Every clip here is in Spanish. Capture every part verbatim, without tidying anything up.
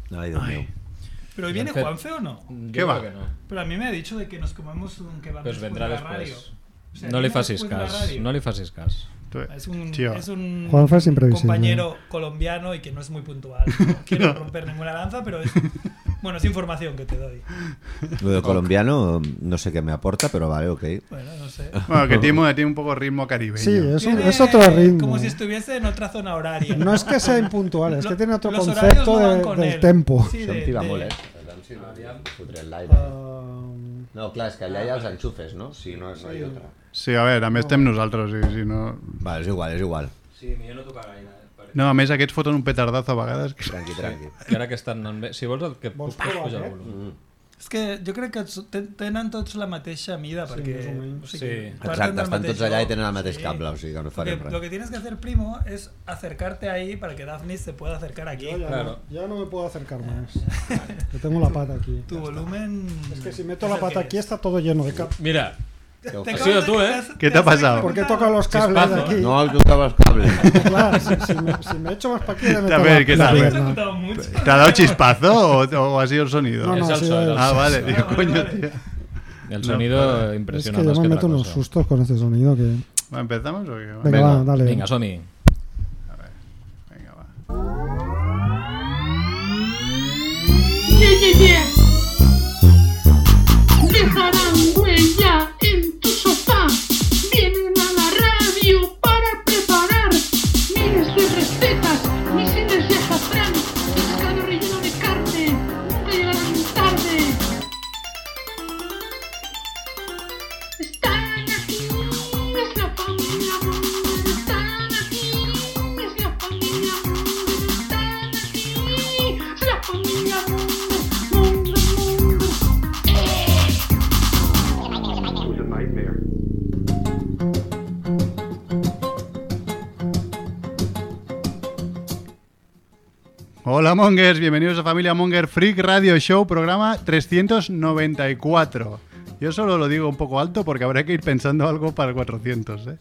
Ay, Dios mío. ¿Pero hoy viene Juanfe o no? ¿Qué va? Que no. Pero a mí me ha dicho de que nos comemos un kebab Pues después vendrá de la después. radio. O sea, No li viene facis después de la cas. radio. No li facis cas. Es un, Tío. es un Juanfe es imprevisible. compañero colombiano y que no es muy puntual. No quiero romper ninguna lanza, pero es, bueno, es información que te doy. Lo de colombiano no sé qué me aporta, pero vale, ok. Bueno, no sé. Bueno, que tiene, tiene un poco ritmo caribeño. Sí, es, un- Tiene es otro ritmo. Como si estuviese en otra zona horaria. No es que sea impuntual, es que Lo- tiene otro los horarios concepto no van de- con del él. tempo. Sí, de- Som de- molet. Fotre el live. Um, No, clar, és que allà hi ha els enxufes, no? Sí, no, no hi ha otra. Sí, a veure, a més estem nosaltres, i si no... Vale, és igual, és igual. Sí, millor no tocar gaire. No, a més aquests foten un petardazo a vegades. Tranqui, tranqui. Que ara que estan anant bé... Si vols, el que Vols puc puc provar, pujar eh? el volum. És que jo crec que ten- tenen tots la mateixa mida, Sí, perquè... més o menys. o sigui, Sí. parten Exacte, del estan mateix tots allà i lloc. tenen el mateix Sí. cable, o sigui que no Lo farem que, res. lo que tienes que hacer, primo, es acercarte ahí para que Daphne se pueda acercar aquí. yo ya, Claro. no, ya no me puedo acercar más. Yo tengo la pata aquí. Tu volumen... Es que si meto es la el pata que aquí es. está todo lleno de cables. Mira, Te Ha acabas sido de- tú, ¿eh? has- ¿Qué te ha has pasado? ¿Por qué preguntado. toca los cables Chispazo. aquí? No has tocat els cables. Claro, si, si me, si me echo más para aquí, le meto A ver, la, ¿qué la tal? Has pierna. preguntado mucho. ¿Te ha dado chispazo o, o ha sido el sonido? No, no, Es ha el sido sol, el- Ah, vale, digo, vale, coño, vale. tío. el sonido Es impresiona que yo más me que meto otra unos cosa. sustos con este sonido que... Va, ¿empezamos o qué? Va, Venga, va, dale. Venga, som-hi. venga, va. Yeah, yeah, yeah. Dejarán huella en tu sofá. Vienen a la radio para preparar miles de recetas, misiles de azafrán, pescado relleno de carne. Nunca llegarán tarde. Están aquí, es la familia Munger. Están aquí, es la familia Munger. Están aquí, es la familia Munger. Munger, Munger. Hola Mongers, bienvenidos a Familia Monger Freak Radio Show, programa trescientos noventa y cuatro. Yo solo lo digo un poco alto porque habrá que ir pensando algo para el cuatrocientos, ¿eh?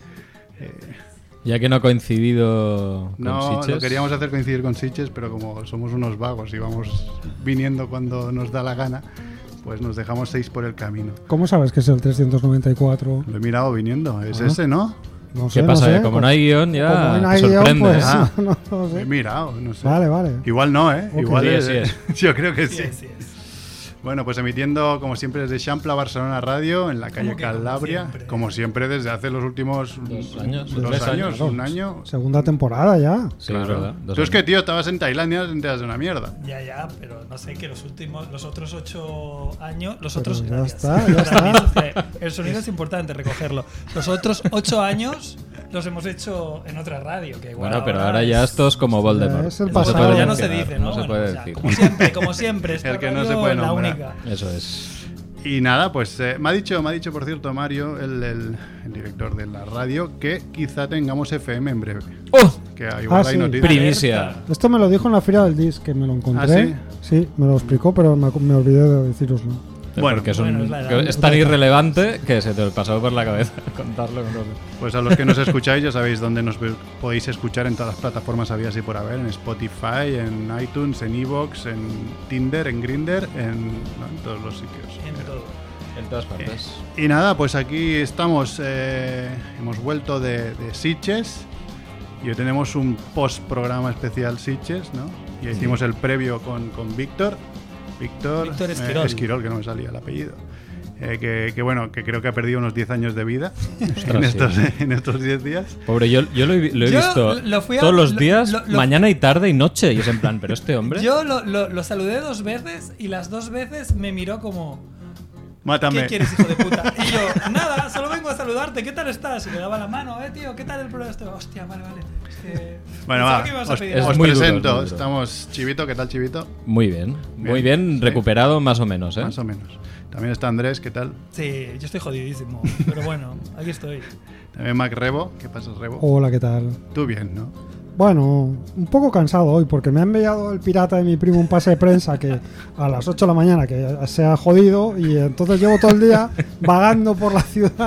Ya que no ha coincidido con No, Sitges. lo queríamos hacer coincidir con Sitges, pero como somos unos vagos y vamos viniendo cuando nos da la gana, pues nos dejamos seis por el camino. ¿Cómo sabes que es el trescientos noventa y cuatro? Lo he mirado viniendo, es Ah. ese, ¿no? No sé, ¿Qué pasa? no sé. Que como no hay guión, ya Como no te hay guión, sorprende. pues Ah. no, no Lo he sé. mirado, no sé. Vale, vale. Igual no, ¿eh? Ok. Igual Sí, es, sí es. Yo creo que Sí, sí. sí es. Bueno, pues emitiendo como siempre desde Champla, Barcelona Radio, en la calle ¿Cómo que como Calabria, siempre? como siempre desde hace los últimos Dos años, dos tres años, años, un año. Segunda temporada ya. Sí, es verdad. Dos Tú es que, años. tío, estabas en Tailandia, no te enteras de una mierda. Ya, ya, pero no sé, que los últimos, los otros ocho años, los Pero otros, ya gracias. está, ya está. Gracias. El sonido es importante recogerlo. Los otros ocho años los hemos hecho en otra radio, que igual Bueno, pero ahora ya es- esto es como Voldemort. es el No pasado. se puede ya no se mencionar, dice, ¿no? No se Bueno, puede o sea, decir. como siempre, como siempre, esta El que no radio se puede es la nombrar. única. Eso es. Y nada, pues eh, me ha dicho, me ha dicho por cierto Mario, el, el- el director de la radio, que quizá tengamos F M en breve. ¡Oh! Que igual Ah, hay sí. noticias. Primicia. Esto me lo dijo en la Feria del Disc, que me lo encontré. ¿Ah, sí? me lo explicó, pero me, me olvidé de deciroslo. Bueno, Porque es, un- bueno, es la edad. que es tan irrelevante que se te pasó por la cabeza contarlo. con otro. Pues a los que nos escucháis ya sabéis dónde nos ve- podéis escuchar en todas las plataformas habidas y por haber, en Spotify, en iTunes, en Evox, en Tinder, en Grindr, en, no, en todos los sitios. En todo. En todas partes. Y nada, pues aquí estamos, eh, hemos vuelto de, de Sitges y hoy tenemos un post-programa especial Sitges, ¿no? Y hicimos el previo con, con Víctor, Víctor Víctor eh, Esquirol. Esquirol, que no me salía el apellido. Eh, que, que bueno, que creo que ha perdido unos diez años de vida en, Ostras, estos, sí. en estos diez días. Pobre, yo, yo lo he, lo he Yo visto lo fui a- todos los lo- días, lo- lo- mañana y tarde y noche. Y es en plan, pero este hombre. Yo lo, lo, lo saludé dos veces y las dos veces me miró como... Mátame. ¿Qué quieres, hijo de puta? Y yo, nada, solo vengo a saludarte, ¿qué tal estás? Y le daba la mano, eh, tío, ¿qué tal el programa? Esto? Hostia, vale, vale. Es que Bueno, pensaba va, que me ibas a os, pedir es algo. os muy duro, presento. es muy duro. Estamos Chivito, ¿qué tal Chivito? Muy bien, muy Bien, bien, sí. recuperado más o menos, ¿eh? Más o menos. También está Andrés, ¿qué tal? Sí, yo estoy jodidísimo, pero bueno, aquí estoy. También Mac Rebo, ¿qué pasa Rebo? Hola, ¿qué tal? Tú bien, ¿no? Bueno, un poco cansado hoy porque me ha enviado el pirata de mi primo un pase de prensa que a las ocho de la mañana que se ha jodido y entonces llevo todo el día vagando por la ciudad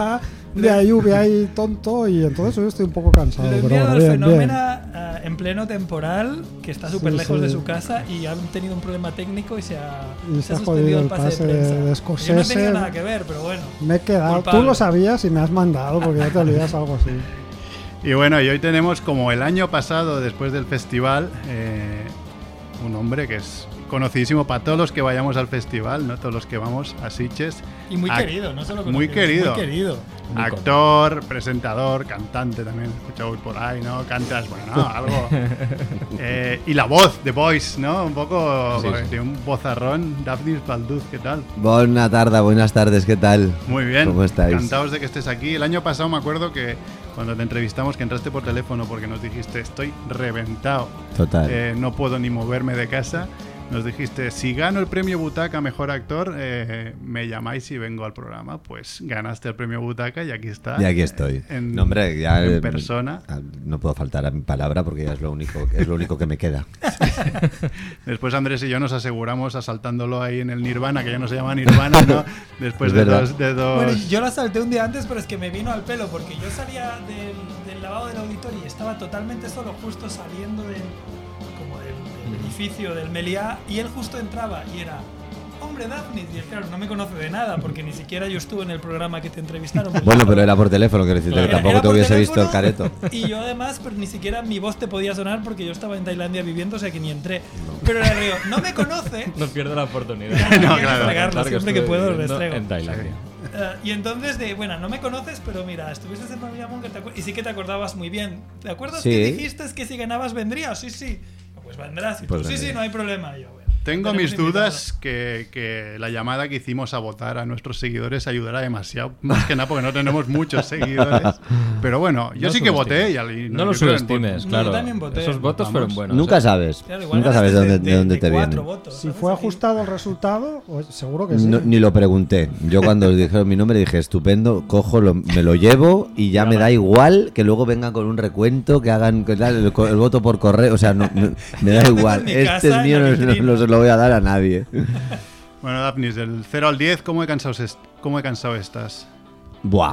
un día de lluvia ahí tonto y entonces hoy estoy un poco cansado. Lo he Pero enviado bueno, al bien, fenómeno bien. uh, en pleno temporal, que está súper Sí, lejos sí. de su casa y han tenido un problema técnico y se ha, Y se ha se ha suspendido jodido el el pase, pase de de- prensa. de Yo no he Scorsese. tenido nada que ver, pero bueno. Me he quedado. Culpable. Tú lo sabías y me has mandado porque ya te olvidas algo así. Y bueno, y hoy tenemos, como el año pasado, después del festival, eh, un hombre que es conocidísimo para todos los que vayamos al festival, ¿no? Todos los que vamos a Sitges. Y muy Ac- querido, no solo muy conocido, querido. Muy querido. Actor, presentador, cantante también, he escuchado por ahí, ¿no? Cantas, bueno, algo. Eh, y la voz, The Voice, ¿no? Un poco, Sí, porque sí. tiene un vozarrón. Daphnis Balduz, ¿qué tal? Buena tarde, buenas tardes, ¿qué tal? Muy bien. ¿Cómo estáis? Encantados de que estés aquí. El año pasado me acuerdo que cuando te entrevistamos que entraste por teléfono porque nos dijiste estoy reventado, Total. eh, no puedo ni moverme de casa. Nos dijiste, si gano el premio Butaca Mejor Actor, eh, me llamáis y vengo al programa. Pues ganaste el premio Butaca y aquí está. Y aquí estoy. En, no, hombre, ya en eh, persona. ah, no puedo faltar a mi palabra porque ya es lo único, es lo único que me queda. Después Andrés y yo nos aseguramos asaltándolo ahí en el Nirvana, que ya no se llama Nirvana, ¿no? Después Es de verdad. dos, de dos... Bueno, yo la salté un día antes, pero es que me vino al pelo porque yo salía del, del lavado del auditorio y estaba totalmente solo, justo saliendo del, como del, del edificio del Meliá, y él justo entraba y era, hombre, Daphnis. Y él, claro, no me conoce de nada porque ni siquiera yo estuve en el programa que te entrevistaron. Bueno, pero era por teléfono, quiero decirte que Era- tampoco era te por hubiese visto teléfono, el careto. Y yo además, pues ni siquiera mi voz te podía sonar porque yo estaba en Tailandia viviendo, o sea que ni entré. Pero era río, no me conoce. No pierdo la oportunidad. No, Quiero claro. restregarlo, Contar siempre que estuve puedo viviendo restrego. en Tailandia. Eh, y entonces, de, bueno, no me conoces, pero mira, estuviste en Mamiamón y sí que te acordabas muy bien. ¿Te acuerdas Sí. que dijiste que si ganabas vendrías? Sí, sí. Pues vendrás. Y tú, Pues sí, sí, vendré. no hay problema. Y yo, bueno, Tengo tenemos mis invitado. dudas que, que la llamada que hicimos a votar a nuestros seguidores ayudará demasiado. Más que nada porque no tenemos muchos seguidores. Pero bueno, yo No sí que voté. Y, subestimes. al- No lo yo creo en subestimes, No, claro. yo también voté. Esos votos Vamos. fueron buenos. Nunca ¿eh? sabes. Claro, igual Nunca sabes de ganaste dónde, de dónde te cuatro vienen. votos, Si ¿sabes? fue Aquí. ajustado el resultado, pues seguro que sí. No, ni lo pregunté. Yo cuando dijeron mi nombre dije, estupendo, cojo, lo- me lo llevo y ya me da igual que luego vengan con un recuento, que hagan que tal, el, co- el voto por correo. O sea, no, no- me da Yo lo tengo igual. en mi Este casa, es en mío, la no, vitrina. no se lo voy a dar a nadie. Bueno, Daphnis, del cero al diez, ¿cómo he cansado, est- cómo he cansado estás? Buah.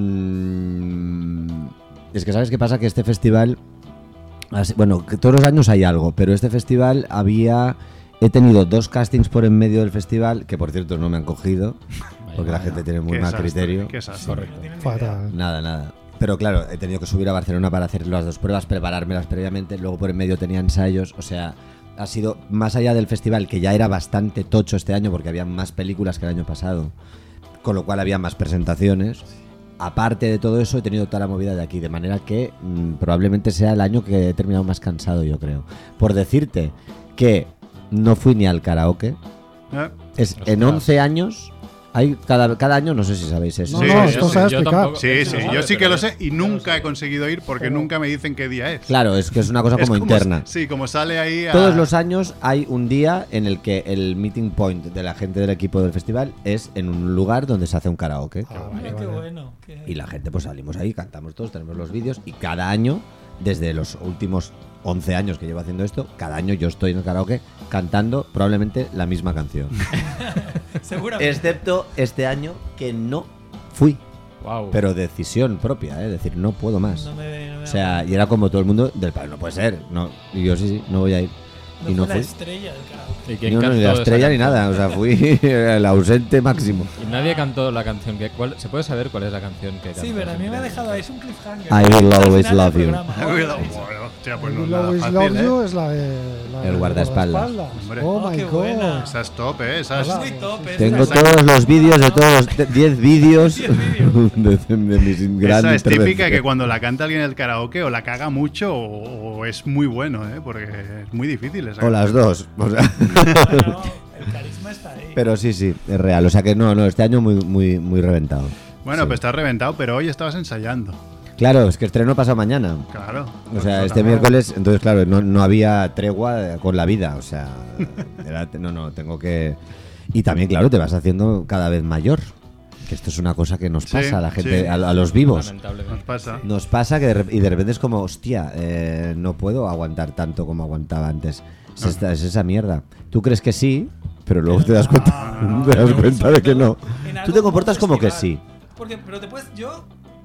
Mm, es que sabes qué pasa, que este festival, así- bueno, que todos los años hay algo, pero este festival había, he tenido dos castings por en medio del festival, que por cierto no me han cogido, porque la gente tiene muy Qué mal desastre, criterio. qué desastre. Correcto. No tienen ni idea. Fatal. Nada, nada. Pero claro, he tenido que subir a Barcelona para hacer las dos pruebas, preparármelas previamente, luego por en medio tenía ensayos, o sea, ha sido más allá del festival, que ya era bastante tocho este año porque había más películas que el año pasado, con lo cual había más presentaciones. Aparte de todo eso, he tenido toda la movida de aquí, de manera que mm, probablemente sea el año que he terminado más cansado, yo creo. Por decirte que no fui ni al karaoke, ¿Eh? es en Ostras. once años, hay cada, cada año, no sé si sabéis eso. No, Sí, no, sí, esto sí, se ha yo explicado. tampoco- Sí, Eso sí, lo yo sabe, sí que pero lo yo- sé y nunca he conseguido ir porque nunca me dicen qué día es. Claro, es que es una cosa Es como interna. Sí, como sale ahí a... Todos los años hay un día en el que el meeting point de la gente del equipo del festival es en un lugar donde se hace un karaoke. Ah, Mira, vale, qué vale. bueno. qué- Y la gente pues salimos ahí, cantamos todos, tenemos los vídeos y cada año, desde los últimos once años que llevo haciendo esto, cada año yo estoy en el karaoke cantando probablemente la misma canción. Seguramente. Excepto este año que no fui, Wow. pero decisión propia, ¿eh? Es decir, no puedo más. No me- no me O sea, y era como todo el mundo del palo, no puede ser. No. Y yo sí, sí, no voy a ir. no y no fue la fui. estrella del karaoke. ¿Y quién No, no, cantó ni la esa estrella ni canción? nada, o sea, fui el ausente máximo. Y nadie cantó la canción que. ¿cuál- ¿Se puede saber cuál es la canción que cantó? Sí, pero a mí me ha dejado ahí, es un cliffhanger. I will Al always final del love you. programa. Bueno, hostia, pues no es Will nada Always fácil, Love ¿eh? You es la de. La El de guardaespaldas. Hombre. Oh, Oh, my qué god. buena. Esa es top, ¿eh? Esa es... Es muy top, ¿eh? Tengo Esa- todos los vídeos de todos los diez vídeos diez vídeos. de, de mis Esa grandes es típica intervenciones. que cuando la canta alguien en el karaoke o la caga mucho o, o es muy bueno, ¿eh? Porque es muy difícil esa O las dos. O sea. No, el carisma está ahí. Pero sí, sí, es real. O sea que no, no, este año muy, muy, muy reventado. Bueno, Sí. pues estás reventado, pero hoy estabas ensayando. Claro, es que estreno pasa mañana. Claro. O sea, este miércoles, entonces claro, no, no había tregua con la vida. O sea, era- no, no, tengo que... Y también, claro, te vas haciendo cada vez mayor. Que esto es una cosa que nos Sí, pasa a la gente, sí. a, a los vivos. Lamentablemente. Nos pasa. Nos pasa que de, rep- y de repente es como, hostia, eh, no puedo aguantar tanto como aguantaba antes. Es, esta- es esa mierda. Tú crees que sí, pero luego te das cuenta, no, te das Pero cuenta sobre de que todo no. en Tú algo te comportas como que festival. sí. Porque, pero te puedes, yo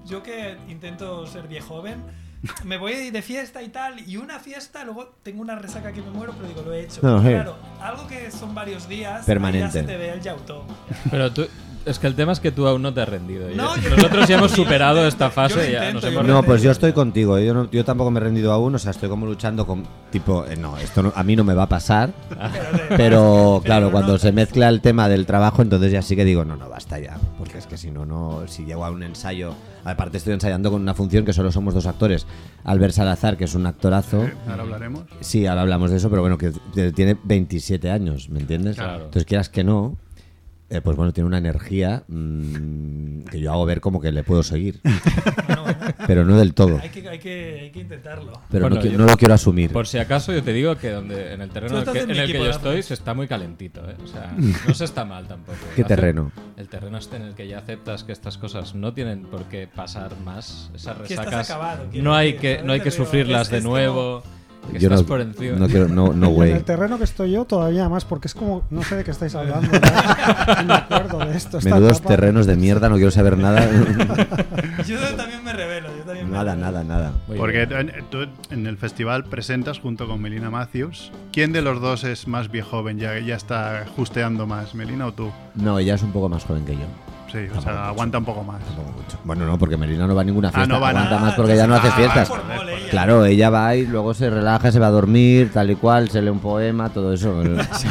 yo que intento ser viejo joven, me voy de fiesta y tal, y una fiesta, luego tengo una resaca que me muero, pero digo, lo he hecho. No, claro, algo que son varios días, permanente. ya se te ve el yautó. Pero tú, es que el tema es que tú aún no te has rendido. No, Yo- yo- Nosotros ya hemos yo lo superado intento, esta yo fase lo y ya intento, nos yo hemos lo No, pues yo intento. estoy contigo. Yo, no- yo tampoco me he rendido aún. O sea, estoy como luchando con tipo, eh, no, esto no- a mí no me va a pasar. Pero, Pero claro, no, cuando no, se mezcla el tema del trabajo, entonces ya sí que digo, no, no, basta ya. Porque es que si no, no, si llego a un ensayo, aparte estoy ensayando con una función que solo somos dos actores. Albert Salazar, que es un actorazo. Eh, ahora hablaremos. Sí, ahora hablamos de eso, pero bueno, que t- tiene veintisiete años, ¿me entiendes? Claro. Entonces quieras que no, eh, pues bueno, tiene una energía mmm, que yo hago ver como que le puedo seguir, bueno, bueno, pero no del todo. hay, que, hay, que, hay que intentarlo. Pero Bueno, no, qui- yo- no lo quiero asumir. Por si acaso, yo te digo que donde en el terreno Tú en el estás que, en en mi el que equipo, yo Dafne. estoy se está muy calentito, ¿eh? O sea, no se está mal tampoco. ¿Qué Hace- terreno? El terreno este en el que ya aceptas que estas cosas no tienen por qué pasar más. Esas Que estás resacas acabado, quiero no hay decir, que ¿sabes? no hay que Te digo, sufrirlas es- de es nuevo. Que Yo estás no, por encima. no quiero, no, no En way. el terreno que estoy yo todavía más, porque es como, no sé de qué estáis hablando. ya. No me acuerdo de esto. esta Menudos etapa. terrenos de mierda, no quiero saber nada. Yo también me revelo, yo también me nada, revelo. nada, nada. Muy Porque bien. tú, tú en el festival presentas junto con Melina Matthews. ¿Quién de los dos es más viejo joven? Ya, ya está justeando más, ¿Melina o tú? No, ella es un poco más joven que yo. Sí, o Tampoco sea, mucho. aguanta un poco más. Tampoco mucho. Bueno, no, porque Melina no va a ninguna fiesta. no va a aguanta nada. más porque ella no hace Ah, fiestas. por Por mole, ella. Claro, ella va y luego se relaja, se va a dormir, tal y cual, se lee un poema, todo eso. Sí,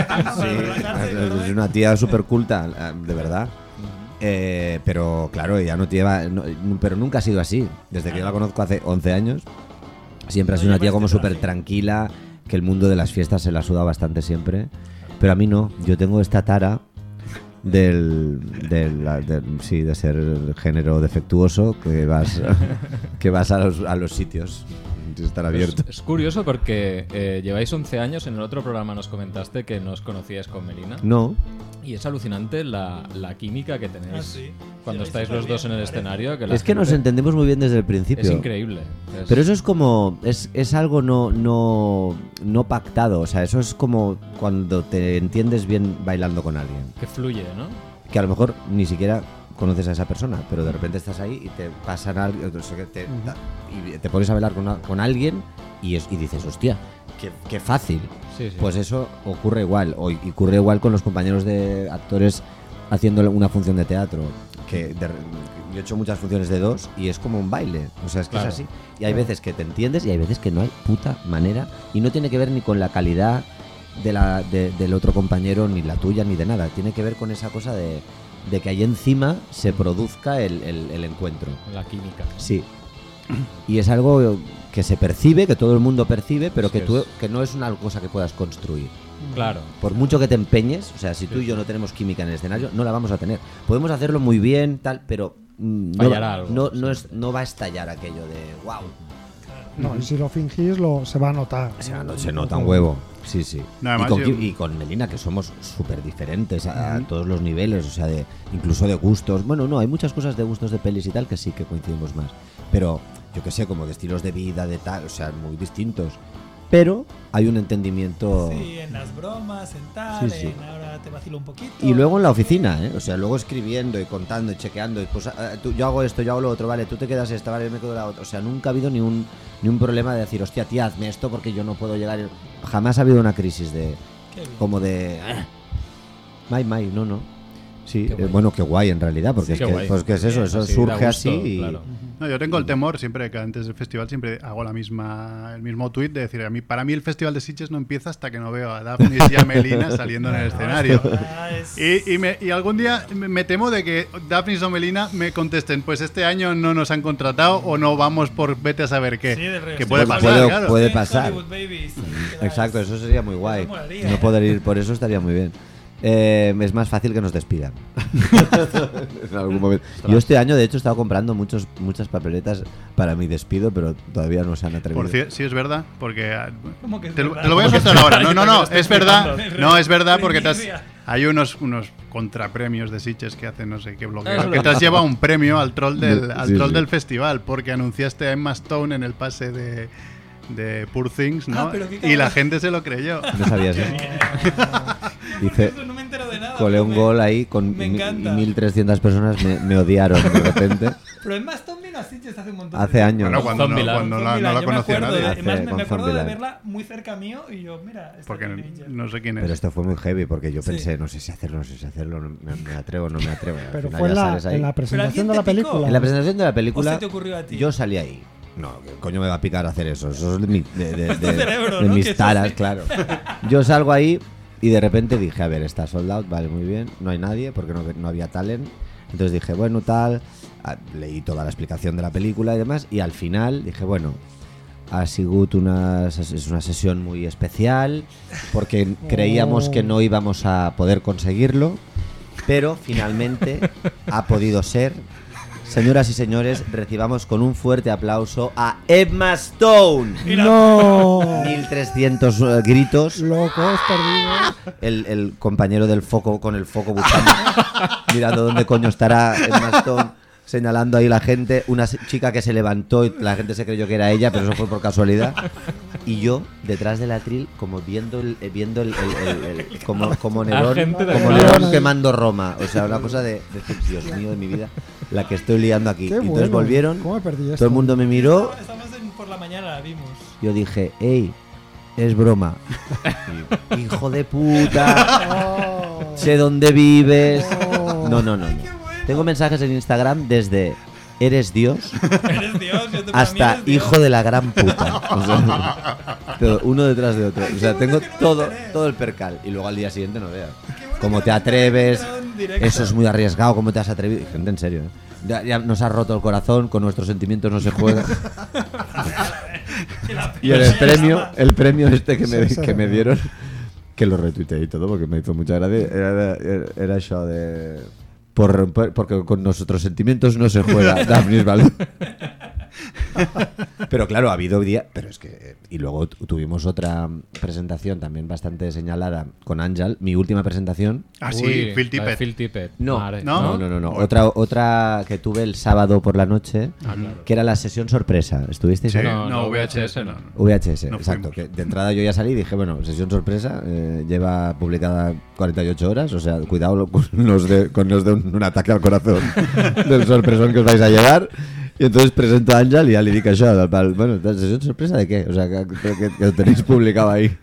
es una tía súper culta, de verdad. Eh, pero claro, ella no lleva. no- pero nunca ha sido así. Desde que yo la conozco hace once años, siempre ha No sido una lleva tía este como súper traje. tranquila, que el mundo de las fiestas se la suda bastante siempre. Pero a mí no, yo tengo esta tara del, del, del- sí, de ser el género defectuoso que vas, que vas a, los, a los sitios. De estar abierto. Es, es curioso porque eh, lleváis once años. En el otro programa nos comentaste que no os conocíais con Melina. No, Y es alucinante la, la química que tenéis Ah, sí. cuando Sí, estáis súper los dos en bien, el me parece. escenario. Que la es que nos gente- entendemos muy bien desde el principio. Es increíble. Es- Pero eso es como. Es, es algo no, no, no pactado. O sea, eso es como cuando te entiendes bien bailando con alguien. que fluye, ¿no? Que a lo mejor ni siquiera conoces a esa persona, pero de repente estás ahí y te pasan algo. o sea, que te, y te pones a bailar con, una- con alguien y, es, y dices, hostia, qué, qué fácil. Sí, sí. Pues eso ocurre igual. O, y ocurre igual con los compañeros de actores haciendo una función de teatro. Que de- yo he hecho muchas funciones de dos y es como un baile. O sea, es que Claro. es así. Y hay veces que te entiendes y hay veces que no hay puta manera. Y no tiene que ver ni con la calidad de la, de- del otro compañero, ni la tuya, ni de nada. Tiene que ver con esa cosa de, de que ahí encima se produzca el, el- el encuentro. La química. Sí. Y es algo que se percibe, que todo el mundo percibe, pero Sí, que, tú, es- que no es una cosa que puedas construir. Claro. Por mucho que te empeñes, o sea, si tú y yo no tenemos química en el escenario, no la vamos a tener. Podemos hacerlo muy bien, tal, pero mm, no, Fallará algo, no, no, es, siempre. no va a estallar aquello de wow. No, y si lo fingís, lo, se va a notar. O sea, no, se nota un huevo. Sí, sí. No, y, además con, yo- Ki- y con Melina, que somos súper diferentes a, a todos los niveles, o sea, de incluso de gustos. Bueno, no, hay muchas cosas de gustos de pelis y tal que sí que coincidimos más. Pero, yo qué sé, como de estilos de vida, de tal, o sea, muy distintos. Pero hay un entendimiento. Sí, en las bromas, en tal, Sí, sí. en ahora te vacilo un poquito. Y luego en la oficina, ¿eh? O sea, luego escribiendo y contando y chequeando. Y pues, ah, tú- yo hago esto, yo hago lo otro, vale, tú te quedas esta, vale, yo me quedo la otra. O sea, nunca ha habido ni un, ni un problema de decir, hostia, tía, hazme esto porque yo no puedo llegar. Jamás ha habido una crisis de. Qué bien. Como de. "Ah, Mai, mai, no, no. Sí, Qué eh, guay. bueno, qué guay en realidad, porque Sí, es qué que, guay. pues, ¿qué es eso? Bien, Eso así, da surge gusto, así y. claro. No, yo tengo el temor siempre que antes del festival siempre hago la misma, el mismo tuit de decir, a mí, para mí el festival de Sitges no empieza hasta que no veo a Daphne y a Melina saliendo en el escenario. Ah, es- Y, y, me- y algún día me, me temo de que Daphne o Melina me contesten, pues este año no nos han contratado o no vamos por vete a saber qué. Sí, del revés. que puede Sí, pasar, puede- claro. puede Sí, pasar. Hollywood Babies, que Exacto, las- eso sería muy guay. Eso molaría, No ¿eh? poder ir por eso estaría muy bien. Eh, es más fácil que nos despidan. En algún momento. Yo este año, de hecho, he estado comprando muchos, muchas papeletas para mi despido, pero todavía no se han atrevido. Por cierto, sí es verdad, porque ah, ¿Cómo que es te, lo- verdad? te lo voy a ¿Cómo que contar es ahora. verdad? No, no, Yo no, también es lo estoy verdad. flipando. No, es verdad porque te has- Primicia. hay unos, unos contrapremios de Sitges que hacen no sé qué bloqueo. Eso Que lo- te has llevado un premio al troll del, al Sí, troll sí. del festival porque anunciaste a Emma Stone en el pase de, de Poor Things, ¿no? Ah, pero qué y la cabrón. gente se lo creyó. No sabías eso. Dice, Eso no me entero de nada. colé un gol ahí con Me y, encanta. y mil trescientas personas me, me odiaron de repente. Pero es más, Tom vino a Sitges hace un montón de Hace años. Bueno, cuando, no, Zombieland. cuando la- Zombieland, no la yo me conocía acuerdo de- nadie. Además, Hace me, con me acuerdo de Zombieland. verla muy cerca mío y yo, mira, esta Porque tiene ella. no sé quién es. Pero esto fue muy heavy porque yo Sí. pensé, no sé si hacerlo, no sé si hacerlo, no- me, me atrevo, no me atrevo. y al Pero final fue en ya la, sales ahí. en la presentación de alguien la te picó? película. En la presentación de la ¿O película, se te ocurrió a ti? yo salí ahí. No, ¿qué coño me va a picar hacer eso? Eso es de, mi- de, de- Es tu de- cerebro, de ¿no? mis Que eso taras, sí. claro. Yo salgo ahí y de repente dije, a ver, está sold out, vale, muy bien, no hay nadie porque no, no había talent. Entonces dije, bueno, tal, ah, leí toda la explicación de la película y demás, y al final dije, bueno, ha sido una, es una sesión muy especial porque creíamos que no íbamos a poder conseguirlo, pero finalmente ha podido ser. Señoras y señores, recibamos con un fuerte aplauso a Emma Stone. ¡No! mil trescientos eh, gritos. Locos perdidos. El, el compañero del foco con el foco buscando, mirando dónde coño estará Emma Stone, señalando ahí la gente. Una se- chica que se levantó y la gente se creyó que era ella, pero eso fue por casualidad. Y yo, detrás del atril, como viendo el, eh, viendo el, el- el- el- como, como Nerón, gente de como verdad. Nerón quemando Roma. O sea, una cosa de, de decir, Dios mío de mi vida, la que estoy liando aquí. Qué Y entonces bueno. volvieron, ¿Cómo me perdí esto? todo el mundo me miró. Estamos en- por la mañana, la vimos. Yo dije, hey, es broma. Y, hijo de puta, Oh. sé dónde vives. Oh. No, no, no, no. Tengo mensajes en Instagram desde eres Dios Eres Dios. yo te- para mí hasta eres Dios. hijo de la gran puta. O sea, todo, uno detrás de otro. O sea, tengo todo, todo el percal. Y luego al día siguiente no veas. Qué bueno ¿Cómo que te no atreves? metieron en directo. Eso es muy arriesgado. ¿Cómo te has atrevido? Y gente, en serio. ¿eh? Ya, ya nos has roto el corazón. Con nuestros sentimientos no se juega. Y la Y el peli premio, llama- el premio este que me, Sí, sí. que me dieron, que lo retuiteé y todo porque me hizo mucha gracia, era, era, era eso de... Por, por- porque con nuestros sentimientos no se juega, Daphnis Balú. Pero claro, ha habido día, pero es que y luego tu- tuvimos otra presentación también bastante señalada con Ángel, mi última presentación. Ah, sí, Uy, Phil la de Tippett. Phil Tippett. No, Madre. ¿no? no, no, no, no. Bueno. Otra otra que tuve el sábado por la noche, Ah, claro. que era la sesión sorpresa. ¿Estuvisteis Sí, ahí? No, no, no, V H S V H S no. no. V H S, No exacto. fuimos. Que de entrada yo ya salí y dije, bueno, sesión sorpresa, eh, lleva publicada cuarenta y ocho horas, o sea, cuidado lo- con los de, con los de un, un ataque al corazón del sorpresón que os vais a llevar. Y entonces presento a Ángel y ya le digo això, del pal, bueno, ¿sesión sorpresa de qué? O sea, que, que- que lo tenéis publicado ahí.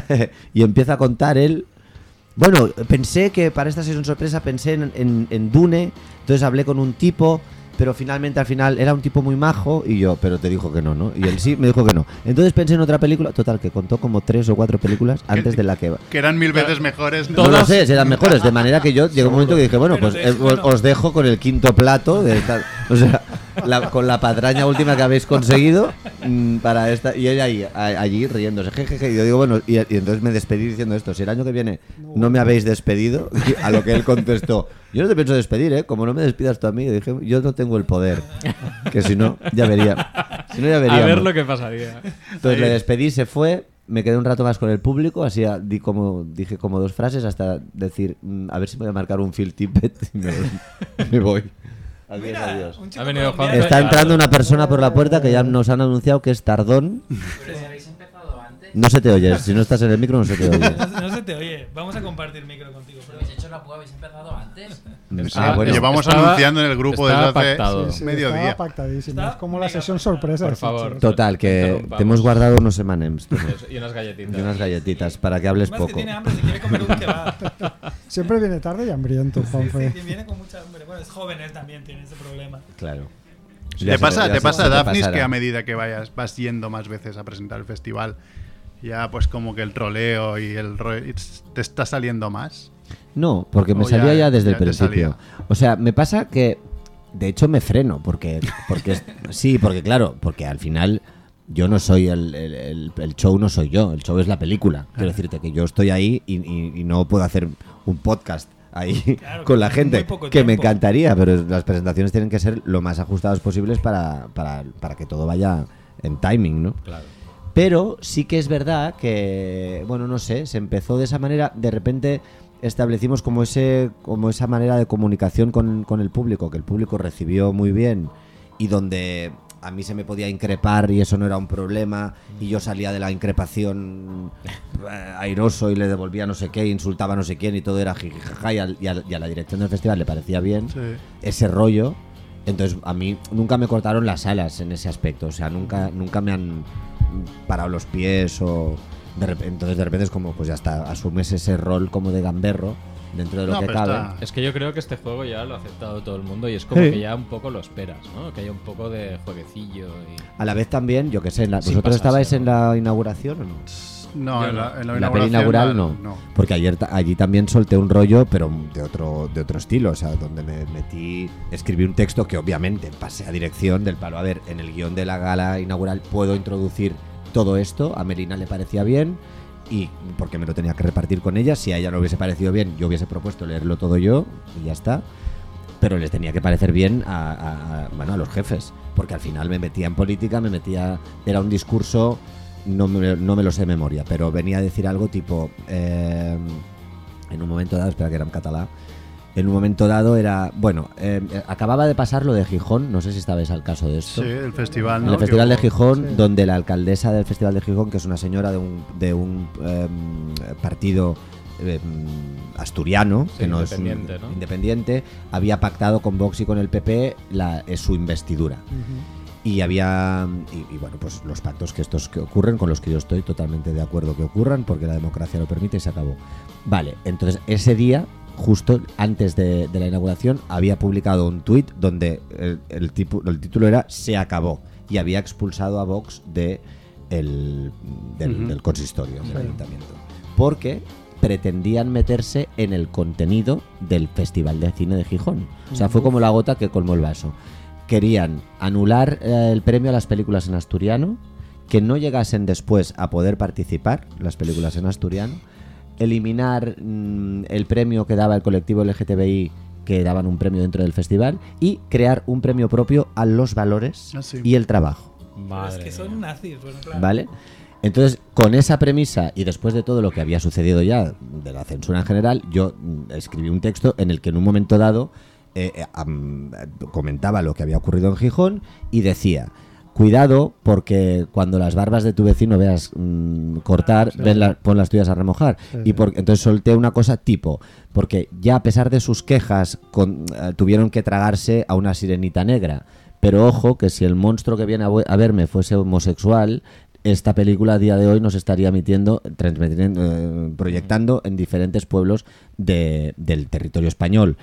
Y empieza a contar él. Bueno, pensé que para esta sesión sorpresa pensé en, en, en Dune, entonces hablé con un tipo, pero finalmente al final era un tipo muy majo y yo, pero te dijo que no, ¿no? Y él sí me dijo que no. Entonces pensé en otra película, total, que contó como tres o cuatro películas antes de la que... Que eran mil veces mejores. ¿no? No lo Todas- sé, si eran mejores, de manera que yo llegó un momento que dije, bueno, Pero pues de- eh, os, bueno. os dejo con el quinto plato, de esta- o sea, la- con la patraña última que habéis conseguido mm, para esta, y ella ahí, a- allí riéndose, jejeje, y yo digo, bueno, y, y entonces me despedí diciendo esto, si el año que viene no me habéis despedido, y a lo que él contestó, yo no te pienso despedir, ¿eh? Como no me despidas tú a mí, dije, yo no tengo el poder, que si no, ya vería, si no ya A veríamos. ver lo que pasaría. Entonces le despedí, se fue, me quedé un rato más con el público, así a- di como, dije como dos frases hasta decir, mm, a ver si me voy a marcar un Phil Tippett y me, me voy. Adiós, Mira, adiós. un chico Ha venido colombiano. Juanfe. Está entrando una persona por la puerta que ya nos han anunciado que es Tardón. Pero si habéis empezado antes, No se te oye, si no estás en el micro no se te oye. No, no se te oye. Vamos a compartir micro contigo. pero Pero habéis hecho la prueba, habéis empezado antes. Sí, Ah, bueno. llevamos Estaba- anunciando en el grupo desde estaba hace pactado. Sí, sí, medio estaba día. pactadísimo. Está Es como la mega sesión pactado. sorpresa. Por de favor. Sitges. Total, que Interrumpamos. te hemos guardado unos M and M's Eso, y unas galletitas. y unas galletitas para que hables más que poco. tiene hambre, si quiere comer un kebab. Siempre viene tarde y hambriento, Sí, Juanfe. sí, viene con mucha hambre. Bueno, es joven, él también tiene ese problema. Claro. ¿Te pasa, te pasa Daphnis, pasará. que a medida que vayas vas yendo más veces a presentar el festival, ya pues como que el troleo y el ro- te está saliendo más? No, porque me O salía ya- ya desde ya el te principio. salía. O sea, me pasa que de hecho me freno porque porque es- sí, porque claro, porque al final yo no soy el, el- el- el show, no soy yo, el show es la película. Quiero decirte que yo estoy ahí y, y- y no puedo hacer un podcast ahí Claro, con la con gente, muy poco que me tiempo. encantaría, pero las presentaciones tienen que ser lo más ajustadas posibles para, para, para que todo vaya en timing, ¿no? Claro. Pero sí que es verdad que, bueno, no sé, se empezó de esa manera, de repente establecimos como ese como esa manera de comunicación con, con el público, que el público recibió muy bien y donde a mí se me podía increpar y eso no era un problema, y yo salía de la increpación eh, airoso y le devolvía no sé qué, insultaba a no sé quién y todo era jijijaja, y, al- y, al- y a la dirección del festival le parecía bien Sí. ese rollo. Entonces a mí nunca me cortaron las alas en ese aspecto, o sea, nunca, nunca me han parado los pies o... De repente, entonces de repente es como, pues ya está, asumes ese rol como de gamberro dentro de lo No, que pero cabe. está- Es que yo creo que este juego ya lo ha aceptado todo el mundo y es como Sí. que ya un poco lo esperas, ¿no? Que haya un poco de jueguecillo y... A la vez también, yo qué sé, en la- Sin ¿vosotros pasarse, estabais en ¿no? la inauguración o no? No, Yo en no. la, en la En la peli inauguración inaugural no, no. Porque ayer ta- allí también solté un rollo, pero de otro, de otro estilo, o sea, donde me metí, escribí un texto que obviamente pasé a dirección del palo. A ver, en el guión de la gala inaugural puedo introducir todo esto, a Melina le parecía bien, y porque me lo tenía que repartir con ella, si a ella no hubiese parecido bien, yo hubiese propuesto leerlo todo yo, y ya está. Pero les tenía que parecer bien a, a- a- bueno, a los jefes, porque al final me metía en política, me metía, era un discurso, no me, no me lo sé de memoria, pero venía a decir algo tipo, eh, en un momento dado, espera que era en catalán, en un momento dado era, bueno, eh, acababa de pasar lo de Gijón, no sé si estabais al caso de esto. Sí, el festival, En ¿no? el Festival Que de hubo- Gijón, Sí. donde la alcaldesa del Festival de Gijón, que es una señora de un, de un em, partido em, asturiano, Sí, que no es un- independiente, ¿no? independiente, había pactado con Vox y con el P P la, es su investidura. Y había, y, y bueno, pues los pactos que estos que ocurren, con los que yo estoy totalmente de acuerdo que ocurran, porque la democracia lo permite y se acabó. Vale, entonces ese día, justo antes de, de la inauguración, había publicado un tuit donde el, el, tipo- el título era "Se acabó", y había expulsado a Vox de el, del, Ujú. del consistorio, del ayuntamiento. Porque pretendían meterse en el contenido del Festival de Cine de Gijón. O sea, fue como la gota que colmó el vaso. Querían anular eh, el premio a las películas en asturiano, que no llegasen después a poder participar las películas en asturiano, eliminar mm, el premio que daba el colectivo L G T B I, que daban un premio dentro del festival, y crear un premio propio a los valores Ah, sí. y el trabajo. Pero Madre es que son mía. nazis, bueno, claro. ¿Vale? Entonces, con esa premisa y después de todo lo que había sucedido ya de la censura en general, yo mm, escribí un texto en el que en un momento dado eh, eh, am, comentaba lo que había ocurrido en Gijón y decía: cuidado, porque cuando las barbas de tu vecino veas mm, cortar, ven la- pon las tuyas a remojar. Sí, Y sí. por- entonces solté una cosa tipo, porque ya a pesar de sus quejas, con- eh, tuvieron que tragarse a una sirenita negra. Pero ojo, que si el monstruo que viene a, ve- a verme fuese homosexual, esta película a día de hoy nos estaría emitiendo, transmitiendo, eh, proyectando en diferentes pueblos de- del territorio español.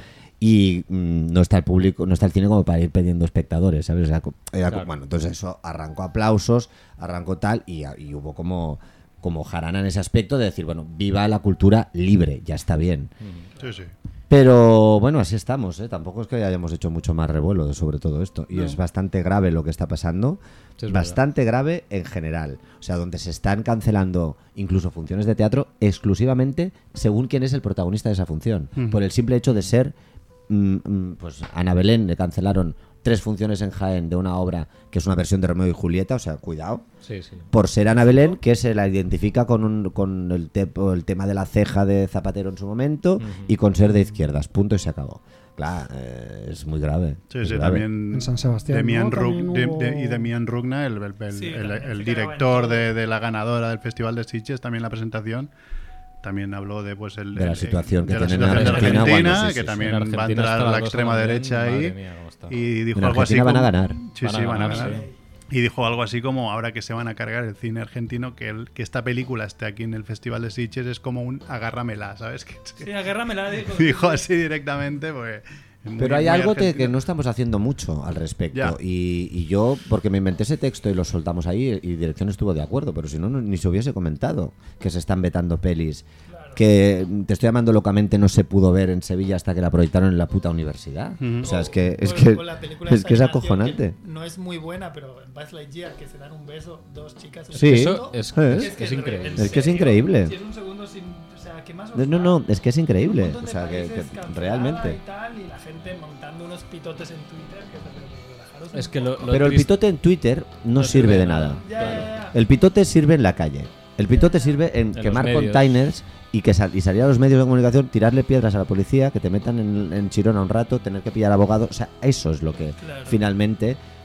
Y mm, no está el público, no está el cine como para ir pidiendo espectadores, ¿sabes? O sea, co- era co- Claro. bueno, entonces eso arrancó aplausos, arrancó tal, y, y hubo como, como jarana en ese aspecto de decir, bueno, viva la cultura libre, ya está bien. Sí, sí. Pero bueno, así estamos, ¿eh? Tampoco es que hayamos hecho mucho más revuelo de- sobre todo esto. Y es bastante grave lo que está pasando. Sí, es bastante grave en general. O sea, donde se están cancelando incluso funciones de teatro exclusivamente según quién es el protagonista de esa función. Mm. Por el simple hecho de ser, mm, mm, pues Ana Belén le cancelaron tres funciones en Jaén de una obra que es una versión de Romeo y Julieta, o sea, cuidado. Sí, sí. Por ser Ana Belén, que se la identifica con, un, con el, te- el tema de la ceja de Zapatero en su momento y con ser de izquierdas. Punto y se acabó. Claro, eh, es muy grave. Sí, es sí, grave. también En San Sebastián, Demian ¿no? Rug- También de- hubo- de- y Demian Rugna, el, el- el- Sí, el- también el se cagaba en director todo. de, de la ganadora del Festival de Sitges, también en la presentación, también habló de pues el, De la el- situación que de la tienen en situación de Argentina, Argentina, bueno, sí, sí, que sí. también En va a Argentina entrar está la la cosa extrema también, derecha madre ahí mía, cómo está. y dijo En algo así Argentina van a como- ganar. Sí, Van a sí, van a ganar, ganar. sí. Y dijo algo así como, ahora que se van a cargar el cine argentino, que, el, que esta película esté aquí en el Festival de Sitges es como un agárramela, ¿sabes? Que, Sí, agárramela, dijo. dijo así directamente, pues... muy- Pero hay muy algo que, que argentino. no estamos haciendo mucho al respecto. Ya. Y, y yo, porque me inventé ese texto y lo soltamos ahí, y dirección estuvo de acuerdo, pero si no, no- ni se hubiese comentado que se están vetando pelis. Que Te estoy llamando locamente no se pudo ver en Sevilla hasta que la proyectaron en la puta universidad. Ujú. O sea, es que es, Con- que, con la película es, que es esa animación acojonante. que No es muy buena, pero en Buzz Lightyear, que se dan un beso dos chicas. en Sí. un Eso segundo, es, ¿Eh? es, es increíble. ¿en Es que es serio? increíble. Si es un segundo sin. O sea, ¿qué más os No, da? no, es que es increíble. Un montón O de sea, que, países que cancelada realmente. Y, tal, y la gente montando unos pitotes en Twitter. Que, pero, pero relajaros Es un que lo- poco. lo- Pero el triste- pitote en Twitter no, sirve de nada. Ya, ya, ya. El pitote sirve en la calle. El pitote sirve en En quemar los medios. containers y que sal- y salir a los medios de comunicación, tirarle piedras a la policía, que te metan en, en Chirona un rato, tener que pillar abogados. O sea, eso es lo que Claro. finalmente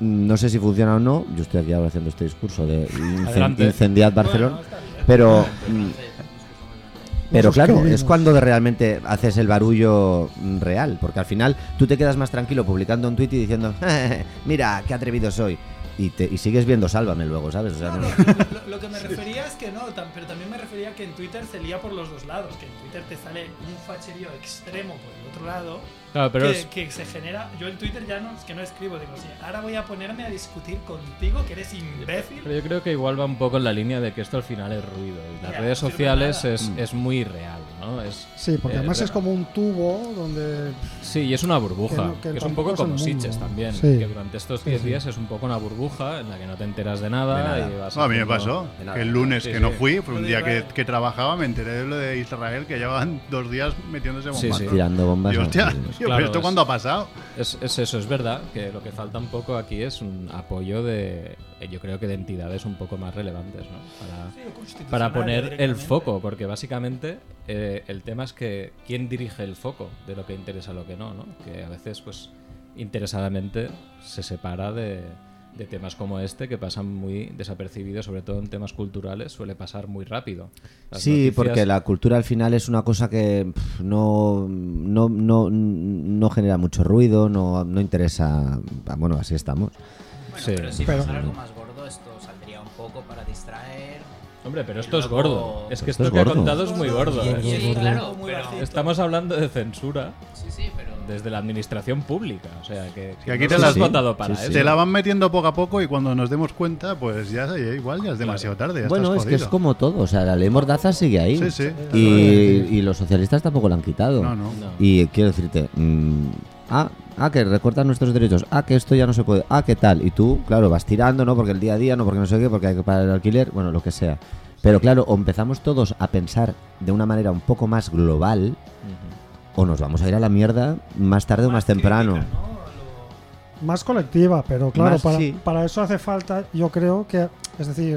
no sé si funciona o no. Yo estoy aquí ahora haciendo este discurso de incen- Adelante. incendiad Barcelona. Bueno, está bien. Pero, mm, pero Nos claro, suscribimos. es cuando realmente haces el barullo mm, real. Porque al final tú te quedas más tranquilo publicando un tuit y diciendo, mira, qué atrevido soy. Y, te, y sigues viendo Sálvame luego, ¿sabes? O sea, No, no- no, lo, lo que me refería es que no, tam- pero también me refería que en Twitter se lía por los dos lados, que en Twitter te sale un facherío extremo por el otro lado, Claro, pero que, es- que se genera. Yo en Twitter ya no es que no escribo, digo, sí, ahora voy a ponerme a discutir contigo, que eres imbécil. Pero yo creo que igual va un poco en la línea de que esto al final es ruido. Y las Ya, redes no sirve sociales nada. es, Mm. es muy real, ¿no? Es, Sí, porque eh, además re- es como un tubo donde... Sí, y es una burbuja. Que no- que que es un tampoco poco es el como mundo. Sitges también. Sí. Que durante estos Sí, diez sí. días es un poco una burbuja en la que no te enteras de nada. De nada. Y vas No, a mí me haciendo- pasó de nada. que el lunes Sí, que sí. no fui, fue Lo un de día que, Israel. que trabajaba, me enteré de lo de Israel, que llevaban dos días metiéndose Sí, bombazos. sí. tirando bombas. Y ¿no? hostia, Sí, sí. tío, pero Claro, ¿esto es- cuándo ha pasado? Es, es eso, es verdad que lo que falta un poco aquí es un apoyo de, eh, yo creo que de entidades un poco más relevantes, ¿no? Para, Sí, o constitucional para poner el directamente. foco, porque básicamente eh, el tema es que quién dirige el foco de lo que interesa a lo que no, ¿no? Que a veces, pues, interesadamente se separa de, de temas como este que pasan muy desapercibidos, sobre todo en temas culturales, suele pasar muy rápido. Las Sí, noticias- porque la cultura al final es una cosa que pff, no, no, no, no genera mucho ruido, no, no interesa. Bueno, así estamos. Bueno, Sí. pero si Pero- fuera algo más gordo, esto saldría un poco para distraer. Hombre, pero Y esto es luego- gordo. Es que Esto esto, es que ha gordo. contado es muy gordo. Sí, ¿eh? sí, gordo. claro, Muy pero, bajito. Estamos hablando de censura sí, sí, pero desde la administración pública. O sea, que, Que aquí no te se las- has votado para sí, sí. eso. Te la van metiendo poco a poco y cuando nos demos cuenta, pues ya ya igual ya es demasiado tarde. Ya Bueno, estás es que es jodido. como todo. O sea, la ley Mordaza sigue ahí. Sí, sí. Y, y los socialistas tampoco la han quitado. No, no. No. Y quiero decirte, mm, ah, ah, que recortan nuestros derechos, ah, que esto ya no se puede, ah, que tal. Y tú, claro, vas tirando, ¿no? Porque el día a día, no porque no sé qué, porque hay que pagar el alquiler, bueno, lo que sea. Pero claro, o empezamos todos a pensar de una manera un poco más global, Ujú. o nos vamos a ir a la mierda más tarde o más temprano. crítica, ¿no? Lo- Más colectiva, pero claro, Más, para, sí. para eso hace falta, yo creo que, es decir,